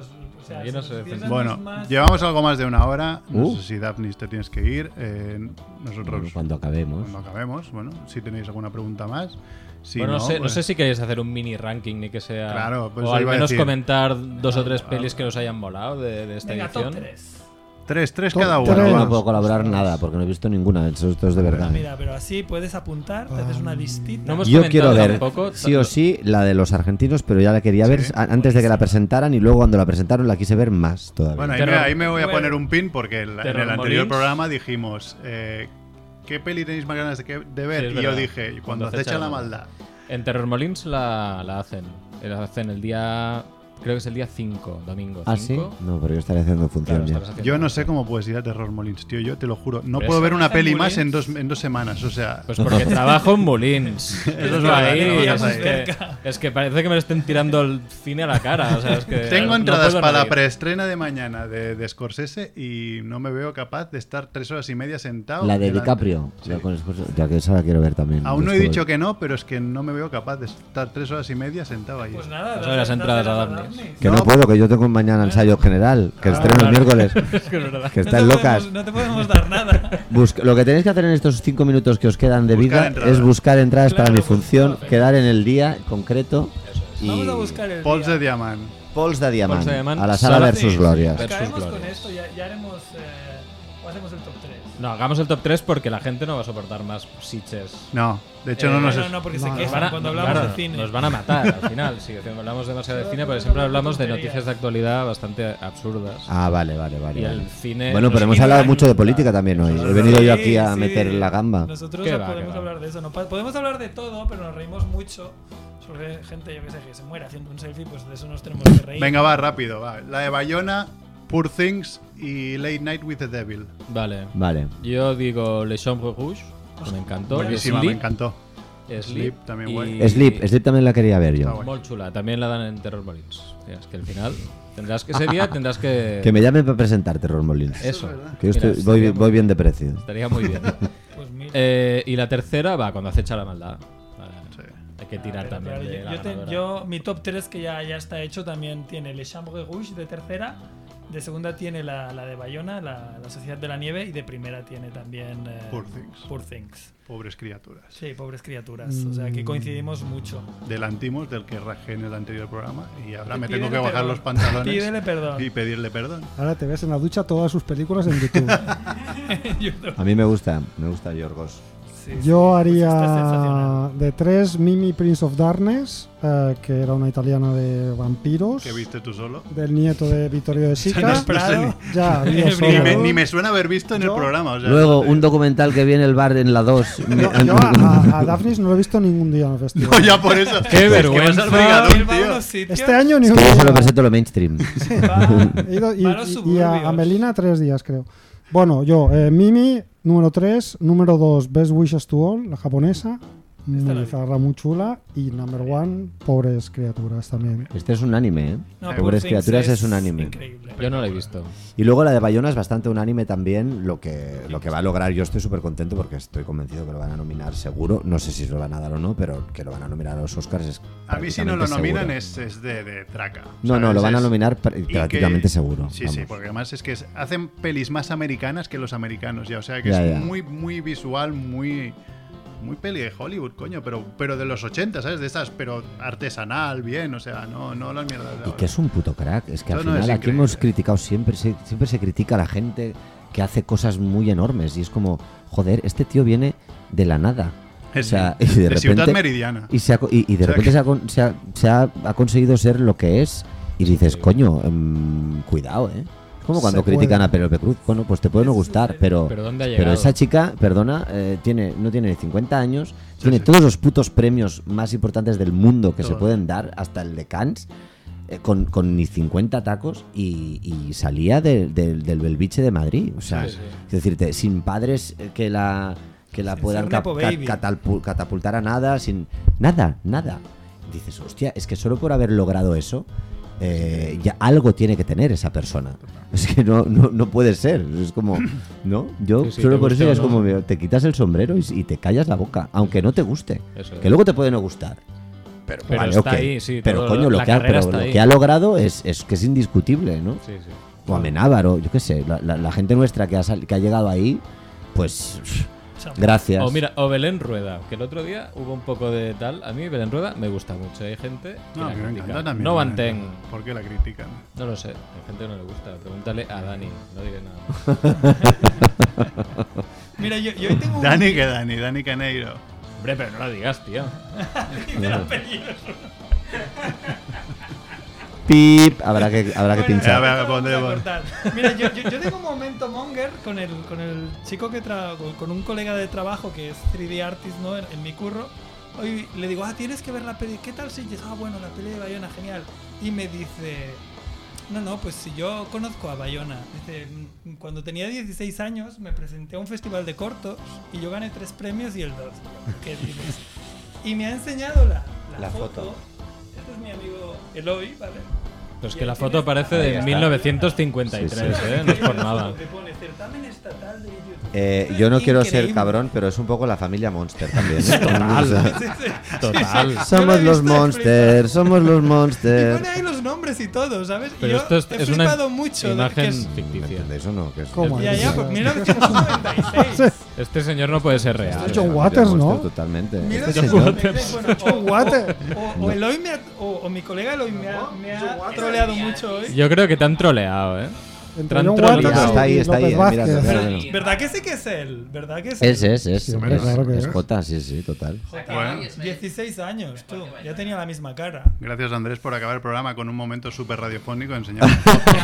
O sea, Yo si no nos sé defender. extiendemos Bueno, más- llevamos algo más de una hora. No Uh. sé si Daphnis te tienes que ir. Eh, nosotros Cuando acabemos. cuando acabemos, bueno, si tenéis alguna pregunta más. Si bueno, no, sé, no pues- sé si queréis hacer un mini ranking ni que sea. Claro, pues o eso al iba a menos decir. comentar dos o tres Ah, pelis ah. que os hayan molado de, de esta Venga, top edición. tres. Tres, tres Top cada uno. tres. Bueno, va. no puedo colaborar nada porque no he visto ninguna. Esto es de verdad. Mira, pero así puedes apuntar, te haces una listita. No hemos Yo comentado quiero ver tampoco- sí o sí la de los argentinos, pero ya la quería ver Sí. a- antes de que la presentaran y luego cuando la presentaron la quise ver más todavía. Bueno, ahí me, Terror- ahí me voy a Bueno. poner un pin porque el- en Terror el anterior Molins. programa dijimos eh, ¿qué peli tenéis más ganas de, que- de ver? Sí, es y yo verdad. dije, cuando Cuando acecha acecha la la maldad. En Terror Molins la, la hacen. La hacen el día. Creo que es el día cinco, domingo. ¿Ah, sí? cinco. No, pero yo estaré haciendo función Claro, ya. estarás haciendo- Yo no sé cómo puedes ir a Terror Molins, tío. Yo te lo juro. No Pero puedo eso ver no una está en peli más en Molins. dos, en dos semanas. O sea, Pues porque trabajo en Molins. Eso es verdad, ahí, trabajas es, ahí. que, es que parece que me lo estén tirando el cine a la cara. O sea, es que tengo no entradas puedo para no la ir. preestrena de mañana de, de Scorsese y no me veo capaz de estar tres horas y media sentado. La de delante. DiCaprio. Sí. Ya, con Scorsese, ya que esa la quiero ver también. Aún no he Esto- dicho que no, pero es que no me veo capaz de estar tres horas y media sentado ahí. Pues nada, Eso de las dásela- entradas a dáselas Daphnis. Que no, No. puedo, que yo tengo mañana ensayo general, que Ah, estreno claro. el miércoles. Es que es verdad. Que No estáis te locas. podemos- no te podemos dar nada. Busca- lo que tenéis que hacer en estos cinco minutos que os quedan de Buscar vida entradas. es buscar entradas Claro, para mi pues, función, claro. quedar en el día concreto y Vamos a buscar el Pols día. de Diamant. Pols de Diamant, Pols de Diamant, a la sala sala- versus Sí, glorias. Versus Acabemos con Glorias. esto, ya, ya haremos. Eh, o hacemos el top tres. No, hagamos el top tres porque la gente no va a soportar más sitches. No, de hecho Eh, no nos... no, no, porque No, se nos quejan Van a- cuando no, hablamos claro, de cine. Nos van a matar al final. Si hablamos demasiado de cine, porque siempre hablamos de noticias de actualidad bastante absurdas. Ah, vale, vale, vale. Y vale. el cine. Bueno, nos pero hemos quita- hablado mucho de política también hoy. He venido yo aquí a Sí, meter sí. la gamba. Nosotros Qué no va, podemos qué va. hablar de eso. No pa- podemos hablar de todo, pero nos reímos mucho sobre gente, yo que sé, que se muere haciendo un selfie, pues de eso nos tenemos que reír. Venga, va, rápido. Va. La de Bayona, Poor Things y Late Night with the Devil. Vale. Vale. Yo digo Le Chambre Rouge, que me encantó. Buenísima, me Sleep, encantó. Sleep, Sleep, también y- guay. Sleep, Sleep también la quería ver Está yo. guay. Molt chula. También la dan en Terror Molins. Es que al final tendrás que ese día tendrás que. Que me llamen para presentar Terror Molins. Eso. Que yo Mira, estoy- voy, estaría voy muy- bien de precio. Estaría muy bien. Pues mira. Eh, y la tercera va cuando acecha la maldad. Vale. Sí. Hay que tirar Pero, también claro, de yo, la yo te- ganadora. yo- mi top tres que ya, ya está hecho también tiene Le Chambre Rouge de tercera, de segunda tiene la, la de Bayona, la, la Sociedad de la Nieve, y de primera tiene también eh, Poor Things. Poor Things. Pobres criaturas. Sí, pobres criaturas. O sea que coincidimos mucho. Del Antimos, del que rajé en el anterior programa. Y ahora me Pídele tengo que bajar perdón. los pantalones Pídele perdón. y pedirle perdón. Ahora te ves en la ducha todas sus películas en YouTube. YouTube. A mí me gusta, me gusta Yorgos. Sí, Yo sí, pues está haría sensacional. de tres Mimi Prince of Darkness, eh, que era una italiana de vampiros, ¿Qué viste tú solo? del nieto de Vittorio de Sica. no sé Prado. Ya, yo Ni Ni solo. me, ni me suena haber visto en Yo- el programa. O sea, Luego, no te- un documental que viene el bar en la dos. Yo, yo a, a- a Daphnis no lo he visto ningún día en el festival. No, ya por eso. ¡Qué Es vergüenza! Que vas al brigadón, Él va a tío. unos sitios, Este año ni Es un que yo día. solo presento lo mainstream. va- He ido- y, va a los y- y suburbios. a, a Melina tres días, creo. Bueno, yo, eh, Mimi, número tres. Número dos, Best Wishes to All, la japonesa. la Muy vi. bizarra, muy chula. Y number one, Pobres Criaturas también. Este es un anime, ¿eh? No, Pobres Poor Things criaturas es un anime. Increíble. Yo no la he visto. Y luego la de Bayona es bastante un anime también, lo que, lo que va a lograr. Yo estoy súper contento porque estoy convencido que lo van a nominar seguro. No sé si lo van a dar o no, pero que lo van a nominar a los Oscars es A mí si no lo prácticamente nominan seguro. es, es de, de traca. No, no, ¿sabes? lo van a Es- nominar pr- y que- prácticamente seguro. Sí, sí, vamos. porque además es que es- hacen pelis más americanas que los americanos ya. O sea que Ya, es ya. muy, muy visual, muy... Muy peli de Hollywood, coño, pero, pero de los ochenta, ¿sabes? De esas, pero artesanal, bien, o sea, no, no las mierdas de Y ahora. que es un puto crack. Es que al No, no, final es aquí increíble. hemos criticado siempre, se- siempre se critica a la gente que hace cosas muy enormes. Y es como, joder, este tío viene de la nada. O Es sea, de, y de de Ciudad repente- Meridiana. Y, se ha co- y, y de O sea repente que- se, ha, con- se, ha, se ha- ha conseguido ser lo que es. Y dices, coño, em, cuidado, ¿eh? Es como cuando Se critican puede. a Penélope Cruz. Bueno, pues te puede no gustar, pero, ¿Pero dónde ha pero llegado? esa chica, perdona, eh, tiene, no tiene ni cincuenta años, tiene sí. todos los putos premios más importantes del mundo que se Todos. pueden dar, hasta el de Cannes, eh, con, con ni cincuenta tacos, y, y salía de- de- del Belviche de Madrid. O sea, Sí, sí. es decirte, sin padres eh, que la, que la Sin puedan ser cap- nepo ca- baby. catalpu- catapultar a nada, sin nada, nada. Dices, hostia, es que solo por haber logrado eso, eh, ya algo tiene que tener esa persona. Es que no, no, no puede ser. Es como, ¿no? Yo Sí, sí, solo te por eso guste ya o es no. como, te quitas el sombrero y, y te callas la boca, aunque no te guste. Eso Que es. luego te puede no gustar. pero, Pero vale, está ok. ahí, sí, pero todo coño, lo- lo, la que ha, carrera pero está lo ahí. que ha logrado es, es que es indiscutible, ¿no? Sí, sí. O Amenábar, o yo qué sé, la, la- la gente nuestra que ha, sal- que ha llegado ahí, pues gracias. O mira, o Belén Rueda, que el otro día hubo un poco de tal. A mí Belén Rueda me gusta mucho. Hay gente que No, la que me critica. encanta también. No me Van Ten. encanta. ¿Por qué la critican? No lo sé. Hay gente que no le gusta. Pregúntale a Dani. No diré nada. Mira, yo, yo hoy tengo un... Dani que Dani, Dani Caneiro. Hombre, pero no lo digas, tío. de apellidos. Pip, habrá que, habrá que Bueno, pinchar. A ver, esto lo ponte, vamos a pon. cortar. Mira, yo, yo, yo tengo un momento monger con el, con el chico que tra con, con un colega de trabajo que es tres D artist, ¿no? En, en mi curro. Hoy le digo, ah, tienes que ver la peli. ¿Qué tal si dices? Ah, bueno, la peli de Bayona, genial. Y me dice, no, no, pues si yo conozco a Bayona. Dice, "Mm, cuando tenía dieciséis años me presenté a un festival de cortos y yo gané tres premios y el dos. ¿Qué dices? Y me ha enseñado la, la, La foto. foto. Este es mi amigo Eloy, ¿vale? Pues Y que la él foto tiene parece esta- de Ahí está. mil novecientos cincuenta y tres, Sí, sí. ¿eh? No es por nada. Que pone certamen estatal de YouTube. Eh, yo no quiero ser Increíble. cabrón, pero es un poco la familia Monster también. ¿eh? Total. O sea, Sí, sí. Total. Yo lo somos he los visto Monsters, somos los Y Monsters. pone ahí los nombres y todo, ¿sabes? Y Pero yo esto es, he es una flipado mucho de imagen que es... ¿Me ficticia. entendéis o no? Que es- ¿Cómo? Ya, ya, pues mil novecientos noventa y seis. Sí. Este señor no puede ser real. Esto es John Familia Waters, ¿no? Monster, Totalmente. mil Este novecientos señor- noventa y seis, bueno, o- John Water. O, o, o Eloy me ha- o, o mi colega Eloy me ha, me ha troleado mucho hoy. Yo creo que te han troleado, ¿eh? Entre Tran John troleado. Waters Está ahí, y está ahí, López eh, Vázquez. mira, Pero- mira, mira. ¿Verdad que sí que es él? ¿Verdad que es Es, él? es, es. Sí, hombre, es, claro que es es. Jota, sí, sí, total. Bueno. dieciséis años, tú. Ya tenía la misma cara. Gracias Andrés por acabar el programa con un momento súper radiofónico enseñando.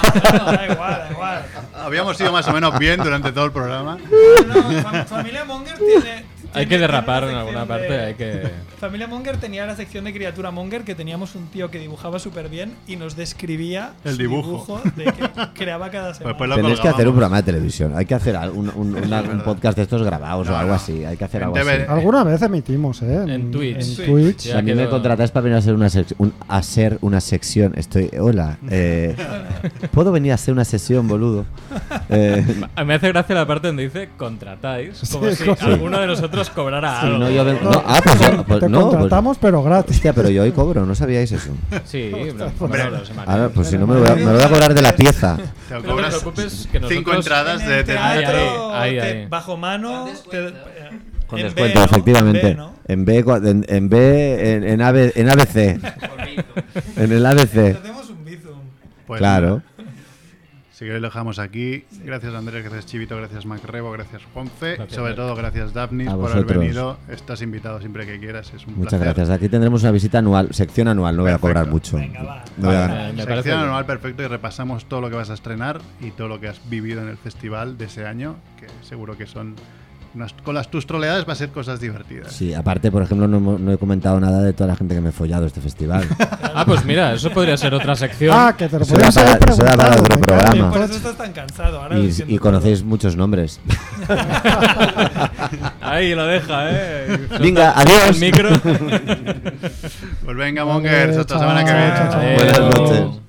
Da igual, da igual. Habíamos ido más o menos bien durante todo el programa. No, fam- Familia Monger tiene... Hay tiene- que derrapar tiene en una alguna sección parte, de- hay que... Familia Monger tenía la sección de Criatura Monger, que teníamos un tío que dibujaba súper bien y nos describía El su dibujo. de que creaba cada semana. pues lo Tenéis que colgamos. hacer un programa de televisión. Hay que hacer al- un, un- una- un podcast de estos grabados No, o algo no. así. Hay que hacer En algo T V. así. Alguna vez emitimos, ¿eh? En Twitch. En En Twitch. Ya a mí me quedó. contratáis para venir a hacer una, sec- un- a ser una sección. Estoy. Hola. eh, ¿Puedo venir a hacer una sesión, boludo? Eh, A mí me hace gracia la parte donde dice contratáis, como Sí, si sí. alguno de nosotros cobrara sí, algo. no, yo vengo- no, ah, pues, yo- pues Te no. pues- contratamos, pero gratis. hostia, pero yo hoy cobro. ¿No sabíais eso? Sí, bro, Hombre. no, no, se me ha- Ahora, pues si no me lo voy a, me lo voy a cobrar de la pieza. Te No te cobras preocupes que nosotros... cinco entradas En de, el de- Ahí, teatro, ahí, ahí, te- ahí. bajo mano, Con te- descuento. eh, Con en descuento, B, ¿no? efectivamente. En B, ¿no? En B, cua- en, en B, en, en, A B, en A B C. Por Bizum. En el A B C. Hacemos un bizum. pues, Claro. Si queréis lo dejamos aquí. Gracias Andrés, gracias Chivito, gracias Macrebo, gracias Juanfe. Gracias, Sobre Mac. todo gracias Daphnis A por haber vosotros. venido. Estás invitado siempre que quieras, es un Muchas placer. gracias. Aquí tendremos una visita anual, sección anual. No voy a cobrar Perfecto. mucho. Venga, va. No voy a Vale. ganar. Me parece Sección bien. anual perfecto y repasamos todo lo que vas a estrenar y todo lo que has vivido en el festival de ese año, que seguro que son unas- con las tus troleadas va a ser cosas divertidas. Sí, aparte, por ejemplo, no, hemo- no he comentado nada de toda la gente que me he follado este festival. Ah, pues mira, eso podría ser otra sección. Ah, que te lo Eso podías da haber para- eso da para preguntado. otro me cago en programa. Por todo. eso estás tan cansado ahora. y, diciendo y conocéis muchos nombres. Ahí lo deja, ¿eh? Venga, Suelta adiós. El micro. Pues venga, Mongers, hasta la semana que Chao, viene. chao, chao. Adeu. Buenas noches.